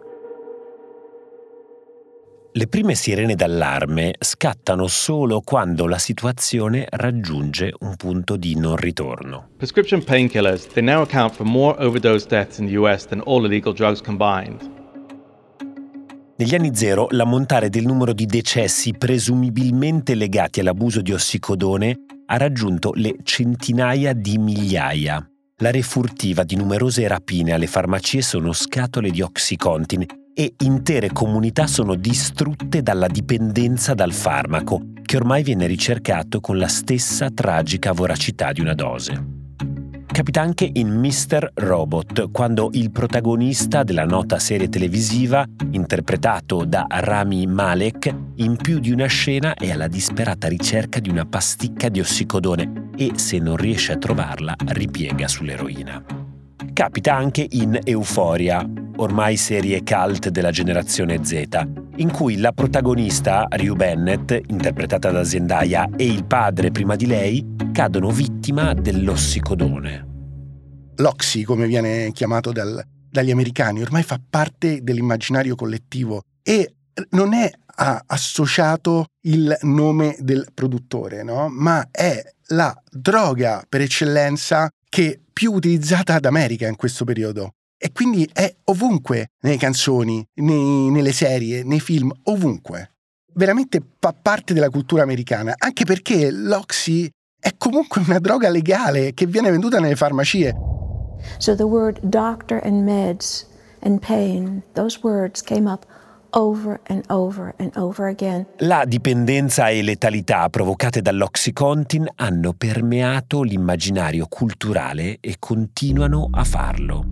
Le prime sirene d'allarme scattano solo quando la situazione raggiunge un punto di non ritorno. Prescription painkillers, they now account for more overdose deaths in the US than all illegal drugs combined. Negli anni zero, l'ammontare del numero di decessi presumibilmente legati all'abuso di ossicodone ha raggiunto le centinaia di migliaia. La refurtiva di numerose rapine alle farmacie sono scatole di OxyContin e intere comunità sono distrutte dalla dipendenza dal farmaco, che ormai viene ricercato con la stessa tragica voracità di una dose. Capita anche in Mr. Robot, quando il protagonista della nota serie televisiva, interpretato da Rami Malek, in più di una scena è alla disperata ricerca di una pasticca di ossicodone e, se non riesce a trovarla, ripiega sull'eroina. Capita anche in Euphoria, ormai serie cult della generazione Z, in cui la protagonista, Rue Bennett, interpretata da Zendaya, e il padre prima di lei cadono vittima dell'ossicodone. L'oxy, come viene chiamato dagli americani, ormai fa parte dell'immaginario collettivo e non è associato il nome del produttore, no? Ma è la droga per eccellenza che più utilizzata ad America in questo periodo. E quindi è ovunque, nelle canzoni, nelle serie, nei film, ovunque. Veramente fa parte della cultura americana, anche perché l'oxy è comunque una droga legale che viene venduta nelle farmacie. So the word doctor and meds and pain, those words came up over and over and over again. La dipendenza e letalità provocate dall'OxyContin hanno permeato l'immaginario culturale e continuano a farlo.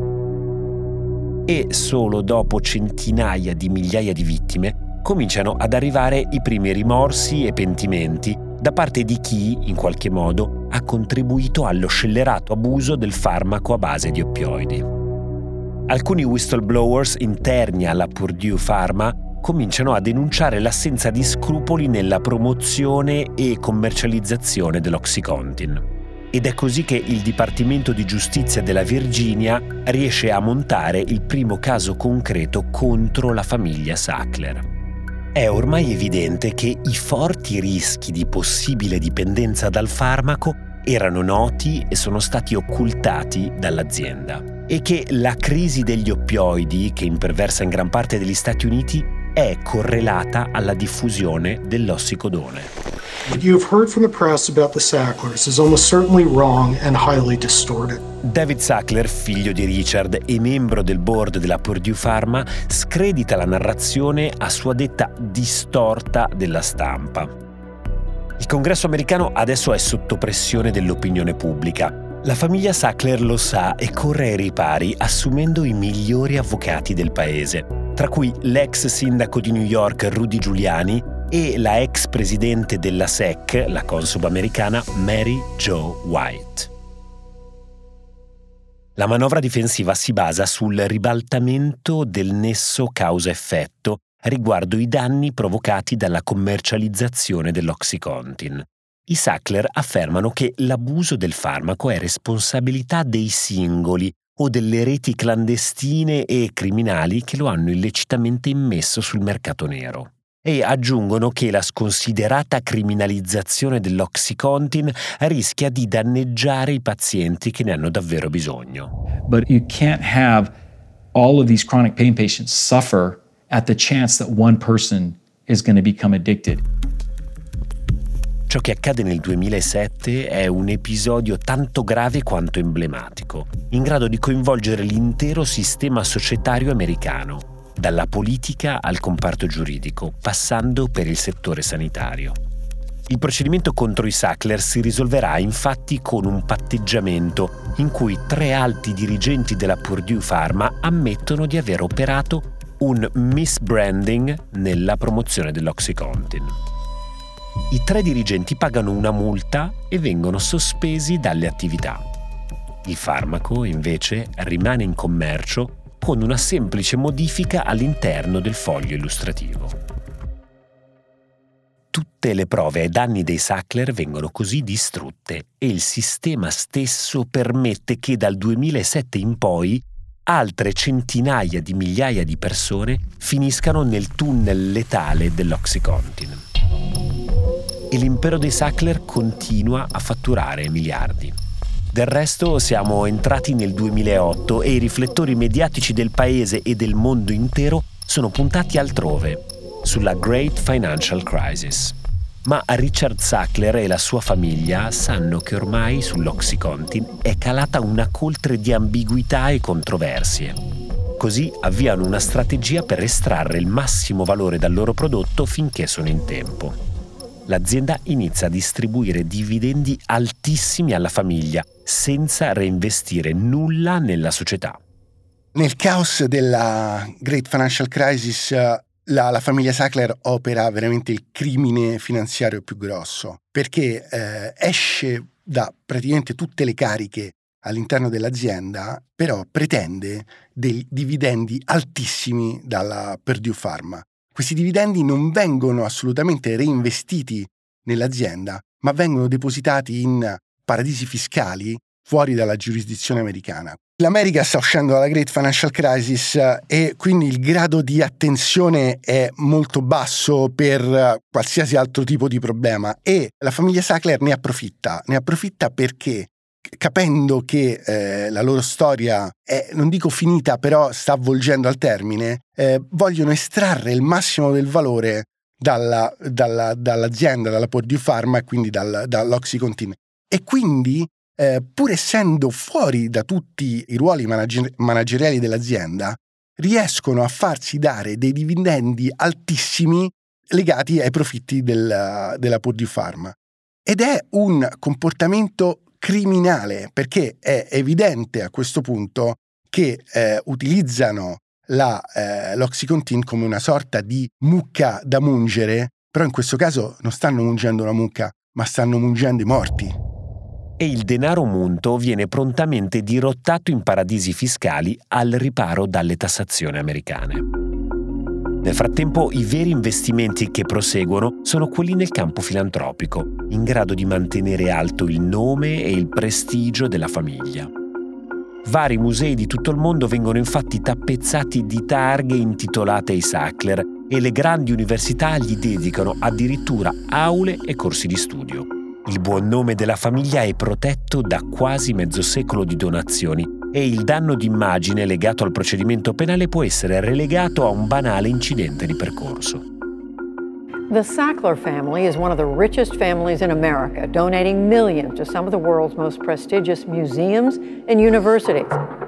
E solo dopo centinaia di migliaia di vittime cominciano ad arrivare i primi rimorsi e pentimenti da parte di chi, in qualche modo, ha contribuito allo scellerato abuso del farmaco a base di oppioidi. Alcuni whistleblowers interni alla Purdue Pharma cominciano a denunciare l'assenza di scrupoli nella promozione e commercializzazione dell'OxyContin. Ed è così che il Dipartimento di Giustizia della Virginia riesce a montare il primo caso concreto contro la famiglia Sackler. È ormai evidente che i forti rischi di possibile dipendenza dal farmaco erano noti e sono stati occultati dall'azienda, e che la crisi degli oppioidi, che imperversa in gran parte degli Stati Uniti, è correlata alla diffusione dell'ossicodone. What you have heard from the press about the Sacklers is almost certainly wrong and highly distorted. David Sackler, figlio di Richard e membro del board della Purdue Pharma, scredita la narrazione a sua detta distorta della stampa. Il Congresso americano adesso è sotto pressione dell'opinione pubblica. La famiglia Sackler lo sa e corre ai ripari assumendo i migliori avvocati del paese, tra cui l'ex sindaco di New York Rudy Giuliani e la ex presidente della SEC, la consul americana Mary Jo White. La manovra difensiva si basa sul ribaltamento del nesso causa-effetto riguardo i danni provocati dalla commercializzazione dell'OxyContin. I Sackler affermano che l'abuso del farmaco è responsabilità dei singoli o delle reti clandestine e criminali che lo hanno illecitamente immesso sul mercato nero. E aggiungono che la sconsiderata criminalizzazione dell'OxyContin rischia di danneggiare i pazienti che ne hanno davvero bisogno. But you can't have all of these chronic pain patients suffer at the chance that one person is going to become addicted. Ciò che accade nel 2007 è un episodio tanto grave quanto emblematico, in grado di coinvolgere l'intero sistema societario americano, dalla politica al comparto giuridico, passando per il settore sanitario. Il procedimento contro i Sackler si risolverà infatti con un patteggiamento in cui 3 alti dirigenti della Purdue Pharma ammettono di aver operato un misbranding nella promozione dell'Oxycontin. I 3 dirigenti pagano una multa e vengono sospesi dalle attività. Il farmaco, invece, rimane in commercio con una semplice modifica all'interno del foglio illustrativo. Tutte le prove ai danni dei Sackler vengono così distrutte e il sistema stesso permette che dal 2007 in poi altre centinaia di migliaia di persone finiscano nel tunnel letale dell'Oxycontin. E l'impero dei Sackler continua a fatturare miliardi. Del resto siamo entrati nel 2008 e i riflettori mediatici del paese e del mondo intero sono puntati altrove, sulla Great Financial Crisis. Ma Richard Sackler e la sua famiglia sanno che ormai sull'Oxycontin è calata una coltre di ambiguità e controversie. Così avviano una strategia per estrarre il massimo valore dal loro prodotto finché sono in tempo. L'azienda inizia a distribuire dividendi altissimi alla famiglia, senza reinvestire nulla nella società. Nel caos della Great Financial Crisis, la famiglia Sackler opera veramente il crimine finanziario più grosso, perché esce da praticamente tutte le cariche all'interno dell'azienda, però pretende dei dividendi altissimi dalla Purdue Pharma. Questi dividendi non vengono assolutamente reinvestiti nell'azienda, ma vengono depositati in paradisi fiscali fuori dalla giurisdizione americana. L'America sta uscendo dalla Great Financial Crisis e quindi il grado di attenzione è molto basso per qualsiasi altro tipo di problema e la famiglia Sackler ne approfitta perché, capendo che la loro storia è, non dico finita, però sta avvolgendo al termine, vogliono estrarre il massimo del valore dall'azienda, dalla Purdue Pharma e quindi dall'Oxycontin. E quindi, pur essendo fuori da tutti i ruoli manageriali dell'azienda, riescono a farsi dare dei dividendi altissimi legati ai profitti della Purdue Pharma. Ed è un comportamento criminale, perché è evidente a questo punto che utilizzano l'Oxycontin come una sorta di mucca da mungere, però in questo caso non stanno mungendo una mucca, ma stanno mungendo i morti. E il denaro munto viene prontamente dirottato in paradisi fiscali al riparo dalle tassazioni americane. Nel frattempo, i veri investimenti che proseguono sono quelli nel campo filantropico, in grado di mantenere alto il nome e il prestigio della famiglia. Vari musei di tutto il mondo vengono infatti tappezzati di targhe intitolate ai Sackler e le grandi università gli dedicano addirittura aule e corsi di studio. Il buon nome della famiglia è protetto da quasi mezzo secolo di donazioni e il danno d'immagine legato al procedimento penale può essere relegato a un banale incidente di percorso. The Sackler family is one of the richest families in America, donating millions to some of the world's most prestigious museums and universities.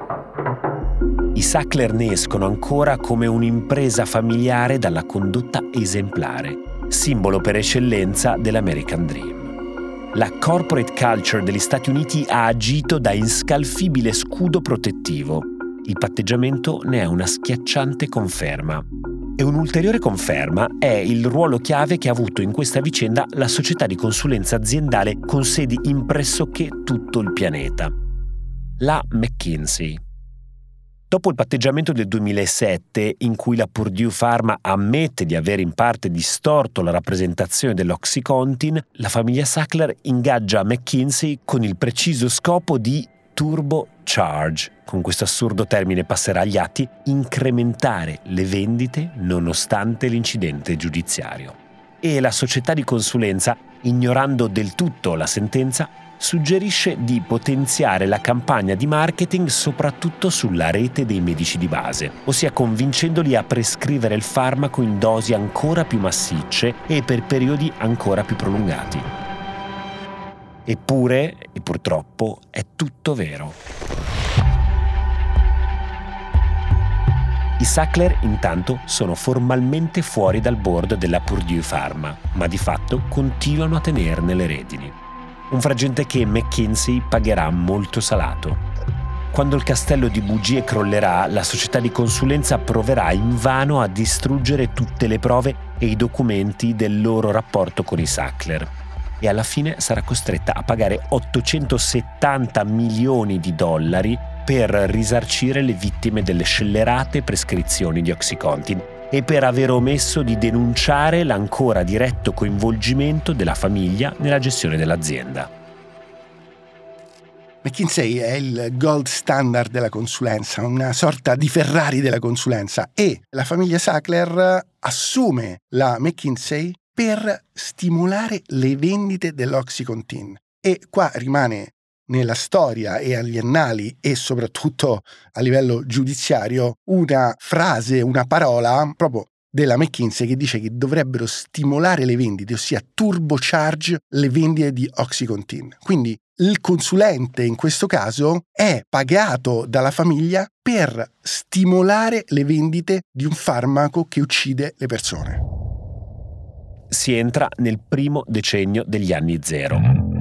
I Sackler ne escono ancora come un'impresa familiare dalla condotta esemplare, simbolo per eccellenza dell'American Dream. La corporate culture degli Stati Uniti ha agito da inscalfibile scudo protettivo. Il patteggiamento ne è una schiacciante conferma. E un'ulteriore conferma è il ruolo chiave che ha avuto in questa vicenda la società di consulenza aziendale con sedi in pressoché tutto il pianeta, la McKinsey. Dopo il patteggiamento del 2007, in cui la Purdue Pharma ammette di aver in parte distorto la rappresentazione dell'Oxycontin, la famiglia Sackler ingaggia McKinsey con il preciso scopo di turbocharge, con questo assurdo termine passerà agli atti, incrementare le vendite nonostante l'incidente giudiziario. E la società di consulenza, ignorando del tutto la sentenza, suggerisce di potenziare la campagna di marketing soprattutto sulla rete dei medici di base, ossia convincendoli a prescrivere il farmaco in dosi ancora più massicce e per periodi ancora più prolungati. Eppure, e purtroppo, è tutto vero. I Sackler, intanto, sono formalmente fuori dal board della Purdue Pharma, ma di fatto continuano a tenerne le redini. Un frangente che McKinsey pagherà molto salato. Quando il castello di bugie crollerà, la società di consulenza proverà invano a distruggere tutte le prove e i documenti del loro rapporto con i Sackler. E alla fine sarà costretta a pagare $870 milioni per risarcire le vittime delle scellerate prescrizioni di OxyContin e per aver omesso di denunciare l'ancora diretto coinvolgimento della famiglia nella gestione dell'azienda. McKinsey è il gold standard della consulenza, una sorta di Ferrari della consulenza, e la famiglia Sackler assume la McKinsey per stimolare le vendite dell'OxyContin. E qua rimane nella storia e agli annali e soprattutto a livello giudiziario una frase, una parola proprio della McKinsey che dice che dovrebbero stimolare le vendite, ossia turbocharge le vendite di OxyContin. Quindi il consulente in questo caso è pagato dalla famiglia per stimolare le vendite di un farmaco che uccide le persone. Si entra nel primo decennio degli anni zero.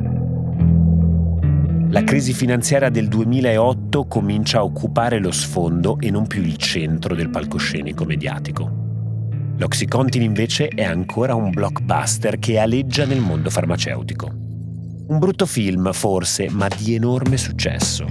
La crisi finanziaria del 2008 comincia a occupare lo sfondo e non più il centro del palcoscenico mediatico. L'OxyContin invece è ancora un blockbuster che aleggia nel mondo farmaceutico. Un brutto film forse, ma di enorme successo.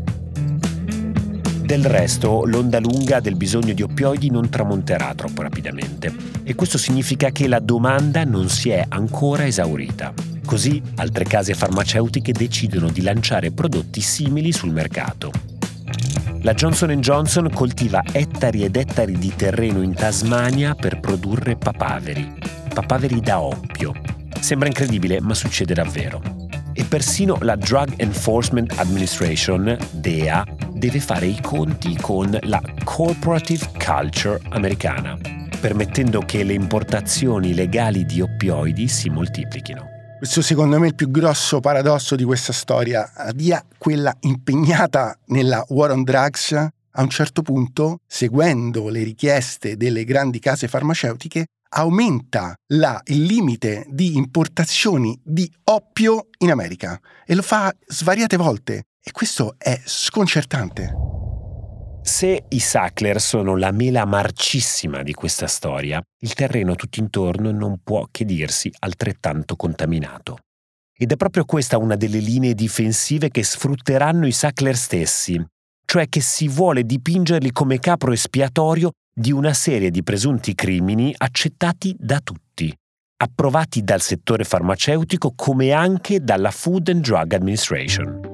Del resto, l'onda lunga del bisogno di oppioidi non tramonterà troppo rapidamente e questo significa che la domanda non si è ancora esaurita. Così, altre case farmaceutiche decidono di lanciare prodotti simili sul mercato. La Johnson & Johnson coltiva ettari ed ettari di terreno in Tasmania per produrre papaveri da oppio. Sembra incredibile, ma succede davvero. E persino la Drug Enforcement Administration, DEA, deve fare i conti con la corporative culture americana, permettendo che le importazioni legali di oppioidi si moltiplichino. Questo secondo me è il più grosso paradosso di questa storia. La DEA, quella impegnata nella war on drugs, a un certo punto, seguendo le richieste delle grandi case farmaceutiche, aumenta il limite di importazioni di oppio in America e lo fa svariate volte e questo è sconcertante. Se i Sackler sono la mela marcissima di questa storia, il terreno tutto intorno non può che dirsi altrettanto contaminato. Ed è proprio questa una delle linee difensive che sfrutteranno i Sackler stessi, cioè che si vuole dipingerli come capro espiatorio di una serie di presunti crimini accettati da tutti, approvati dal settore farmaceutico come anche dalla Food and Drug Administration.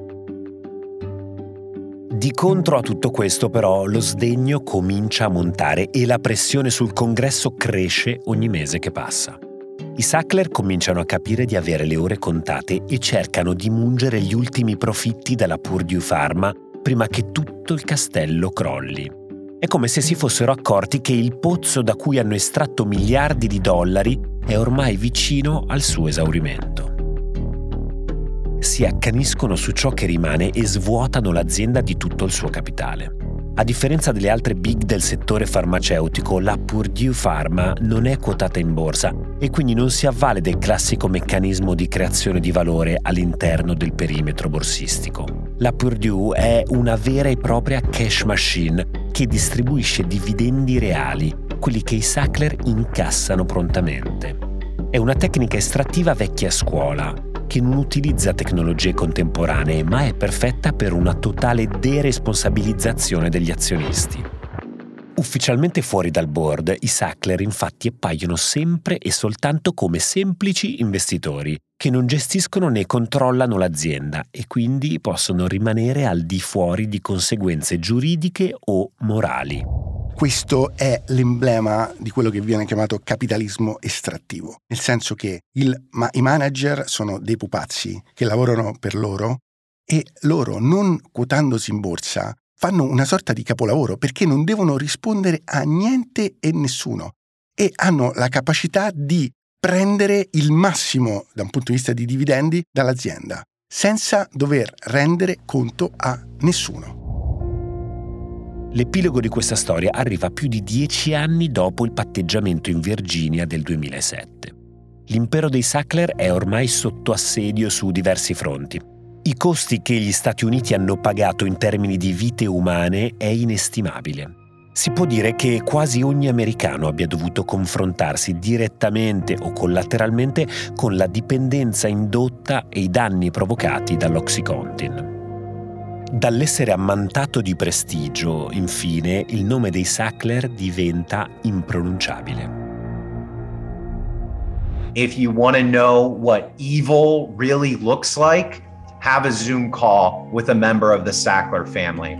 Di contro a tutto questo, però, lo sdegno comincia a montare e la pressione sul congresso cresce ogni mese che passa. I Sackler cominciano a capire di avere le ore contate e cercano di mungere gli ultimi profitti dalla Purdue Pharma prima che tutto il castello crolli. È come se si fossero accorti che il pozzo da cui hanno estratto miliardi di dollari è ormai vicino al suo esaurimento. Si accaniscono su ciò che rimane e svuotano l'azienda di tutto il suo capitale. A differenza delle altre big del settore farmaceutico, la Purdue Pharma non è quotata in borsa e quindi non si avvale del classico meccanismo di creazione di valore all'interno del perimetro borsistico. La Purdue è una vera e propria cash machine che distribuisce dividendi reali, quelli che i Sackler incassano prontamente. È una tecnica estrattiva vecchia scuola, che non utilizza tecnologie contemporanee, ma è perfetta per una totale deresponsabilizzazione degli azionisti. Ufficialmente fuori dal board, i Sackler infatti appaiono sempre e soltanto come semplici investitori, che non gestiscono né controllano l'azienda e quindi possono rimanere al di fuori di conseguenze giuridiche o morali. Questo è l'emblema di quello che viene chiamato capitalismo estrattivo, nel senso che i manager sono dei pupazzi che lavorano per loro e loro, non quotandosi in borsa, fanno una sorta di capolavoro perché non devono rispondere a niente e nessuno e hanno la capacità di prendere il massimo da un punto di vista di dividendi dall'azienda senza dover rendere conto a nessuno. L'epilogo di questa storia arriva più di 10 anni dopo il patteggiamento in Virginia del 2007. L'impero dei Sackler è ormai sotto assedio su diversi fronti. I costi che gli Stati Uniti hanno pagato in termini di vite umane è inestimabile. Si può dire che quasi ogni americano abbia dovuto confrontarsi direttamente o collateralmente con la dipendenza indotta e i danni provocati dall'Oxycontin. Dall'essere ammantato di prestigio, infine, il nome dei Sackler diventa impronunciabile. If you want to know what evil really looks like, have a Zoom call with a member of the Sackler family.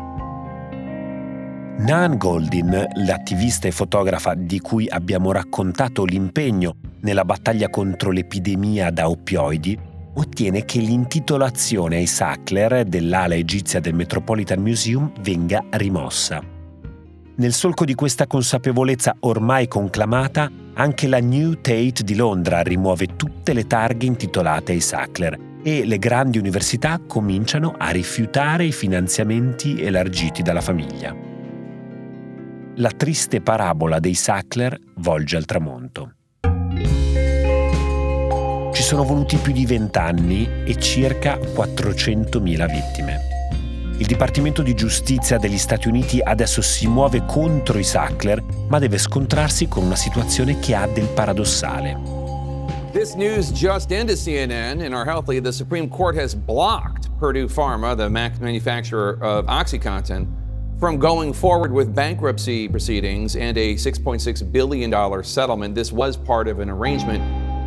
Nan Goldin, l'attivista e fotografa di cui abbiamo raccontato l'impegno nella battaglia contro l'epidemia da oppioidi, ottiene che l'intitolazione ai Sackler dell'ala egizia del Metropolitan Museum venga rimossa. Nel solco di questa consapevolezza ormai conclamata, anche la New Tate di Londra rimuove tutte le targhe intitolate ai Sackler e le grandi università cominciano a rifiutare i finanziamenti elargiti dalla famiglia. La triste parabola dei Sackler volge al tramonto. Ci sono voluti più di 20 anni e circa 400.000 vittime. Il Dipartimento di Giustizia degli Stati Uniti adesso si muove contro i Sackler, ma deve scontrarsi con una situazione che ha del paradossale. This news just into CNN. In our Healthly, the Supreme Court has blocked Purdue Pharma, the manufacturer of OxyContin, from going forward with bankruptcy proceedings and a $6.6 billion settlement. This was part of an arrangement.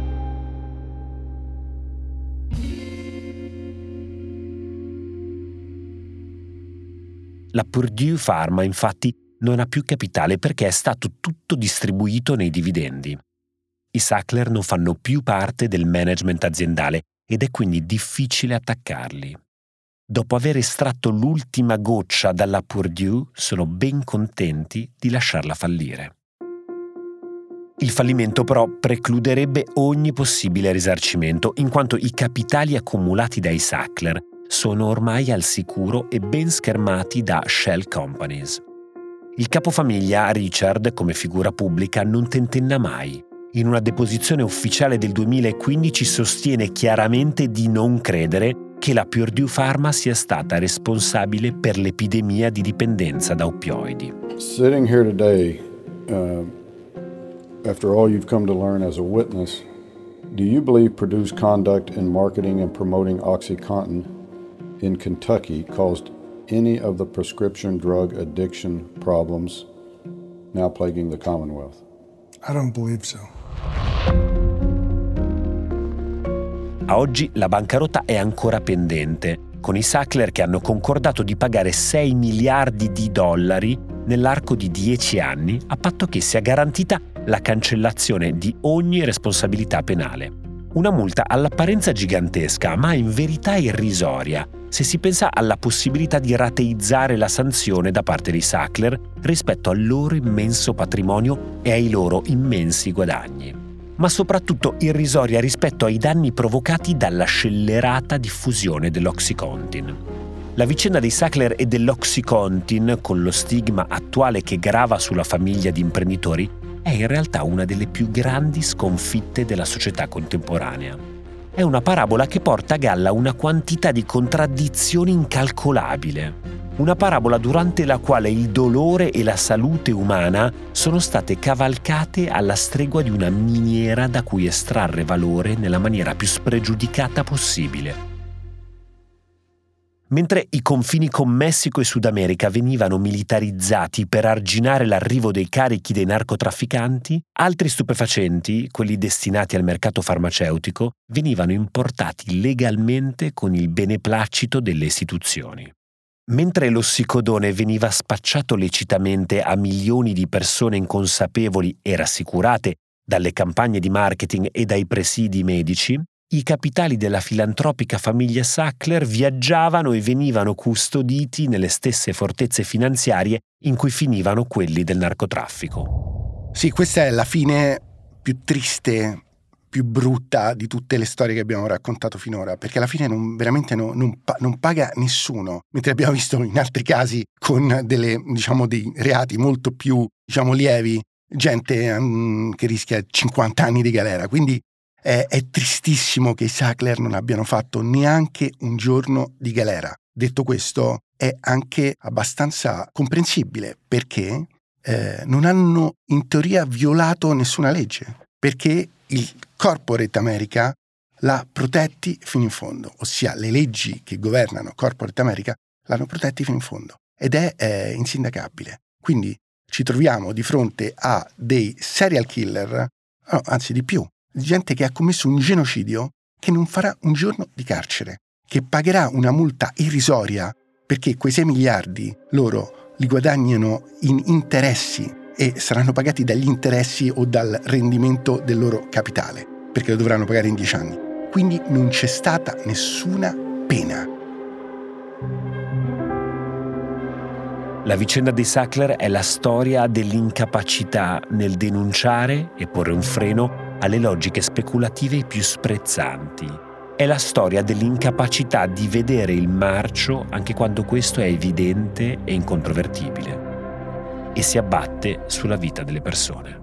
La Purdue Pharma, infatti, non ha più capitale perché è stato tutto distribuito nei dividendi. I Sackler non fanno più parte del management aziendale ed è quindi difficile attaccarli. Dopo aver estratto l'ultima goccia dalla Purdue, sono ben contenti di lasciarla fallire. Il fallimento però precluderebbe ogni possibile risarcimento, in quanto i capitali accumulati dai Sackler sono ormai al sicuro e ben schermati da shell companies. Il capofamiglia Richard, come figura pubblica, non tentenna mai. In una deposizione ufficiale del 2015 sostiene chiaramente di non credere che la Purdue Pharma sia stata responsabile per l'epidemia di dipendenza da oppioidi. Sitting here today, after all you've come to learn as a witness, do you believe Purdue's conduct in marketing and promoting OxyContin in Kentucky caused any of the prescription drug addiction problems now plaguing the Commonwealth? I don't believe so. A oggi la bancarotta è ancora pendente, con i Sackler che hanno concordato di pagare $6 miliardi nell'arco di 10 anni, a patto che sia garantita la cancellazione di ogni responsabilità penale. Una multa all'apparenza gigantesca, ma in verità irrisoria, se si pensa alla possibilità di rateizzare la sanzione da parte dei Sackler rispetto al loro immenso patrimonio e ai loro immensi guadagni. Ma soprattutto irrisoria rispetto ai danni provocati dalla scellerata diffusione dell'Oxycontin. La vicenda dei Sackler e dell'Oxycontin, con lo stigma attuale che grava sulla famiglia di imprenditori, è in realtà una delle più grandi sconfitte della società contemporanea. È una parabola che porta a galla una quantità di contraddizioni incalcolabile. Una parabola durante la quale il dolore e la salute umana sono state cavalcate alla stregua di una miniera da cui estrarre valore nella maniera più spregiudicata possibile. Mentre i confini con Messico e Sud America venivano militarizzati per arginare l'arrivo dei carichi dei narcotrafficanti, altri stupefacenti, quelli destinati al mercato farmaceutico, venivano importati legalmente con il beneplacito delle istituzioni. Mentre l'ossicodone veniva spacciato lecitamente a milioni di persone inconsapevoli e rassicurate dalle campagne di marketing e dai presidi medici, i capitali della filantropica famiglia Sackler viaggiavano e venivano custoditi nelle stesse fortezze finanziarie in cui finivano quelli del narcotraffico. Sì, questa è la fine più triste, più brutta di tutte le storie che abbiamo raccontato finora, perché alla fine non paga nessuno, mentre abbiamo visto in altri casi con dei reati molto più lievi, gente che rischia 50 anni di galera. Quindi È tristissimo che i Sackler non abbiano fatto neanche un giorno di galera. Detto questo, è anche abbastanza comprensibile perché non hanno in teoria violato nessuna legge, perché il corporate America l'ha protetti fino in fondo, ossia le leggi che governano corporate America l'hanno protetti fino in fondo ed è insindacabile. Quindi ci troviamo di fronte a dei serial killer, no, anzi di più, gente che ha commesso un genocidio che non farà un giorno di carcere, che pagherà una multa irrisoria perché quei 6 miliardi loro li guadagnano in interessi e saranno pagati dagli interessi o dal rendimento del loro capitale, perché lo dovranno pagare in 10 anni. Quindi non c'è stata nessuna pena. La vicenda dei Sackler è la storia dell'incapacità nel denunciare e porre un freno alle logiche speculative più sprezzanti. È la storia dell'incapacità di vedere il marcio anche quando questo è evidente e incontrovertibile e si abbatte sulla vita delle persone.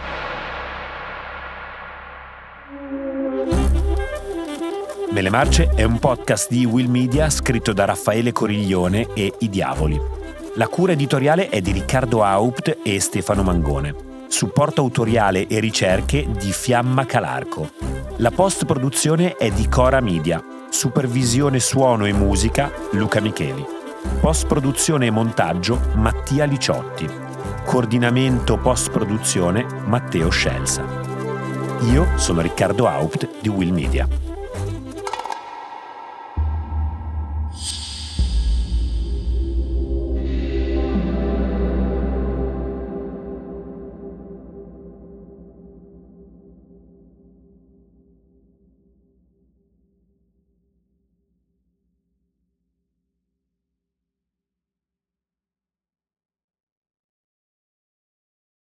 Mele Marce è un podcast di Will Media scritto da Raffaele Coriglione e I Diavoli. La cura editoriale è di Riccardo Haupt e Stefano Mangone. Supporto autoriale e ricerche di Fiamma Calarco. La post-produzione è di Cora Media. Supervisione suono e musica Luca Micheli. Post-produzione e montaggio Mattia Liciotti. Coordinamento post-produzione Matteo Scelsa. Io sono Riccardo Haupt di Will Media.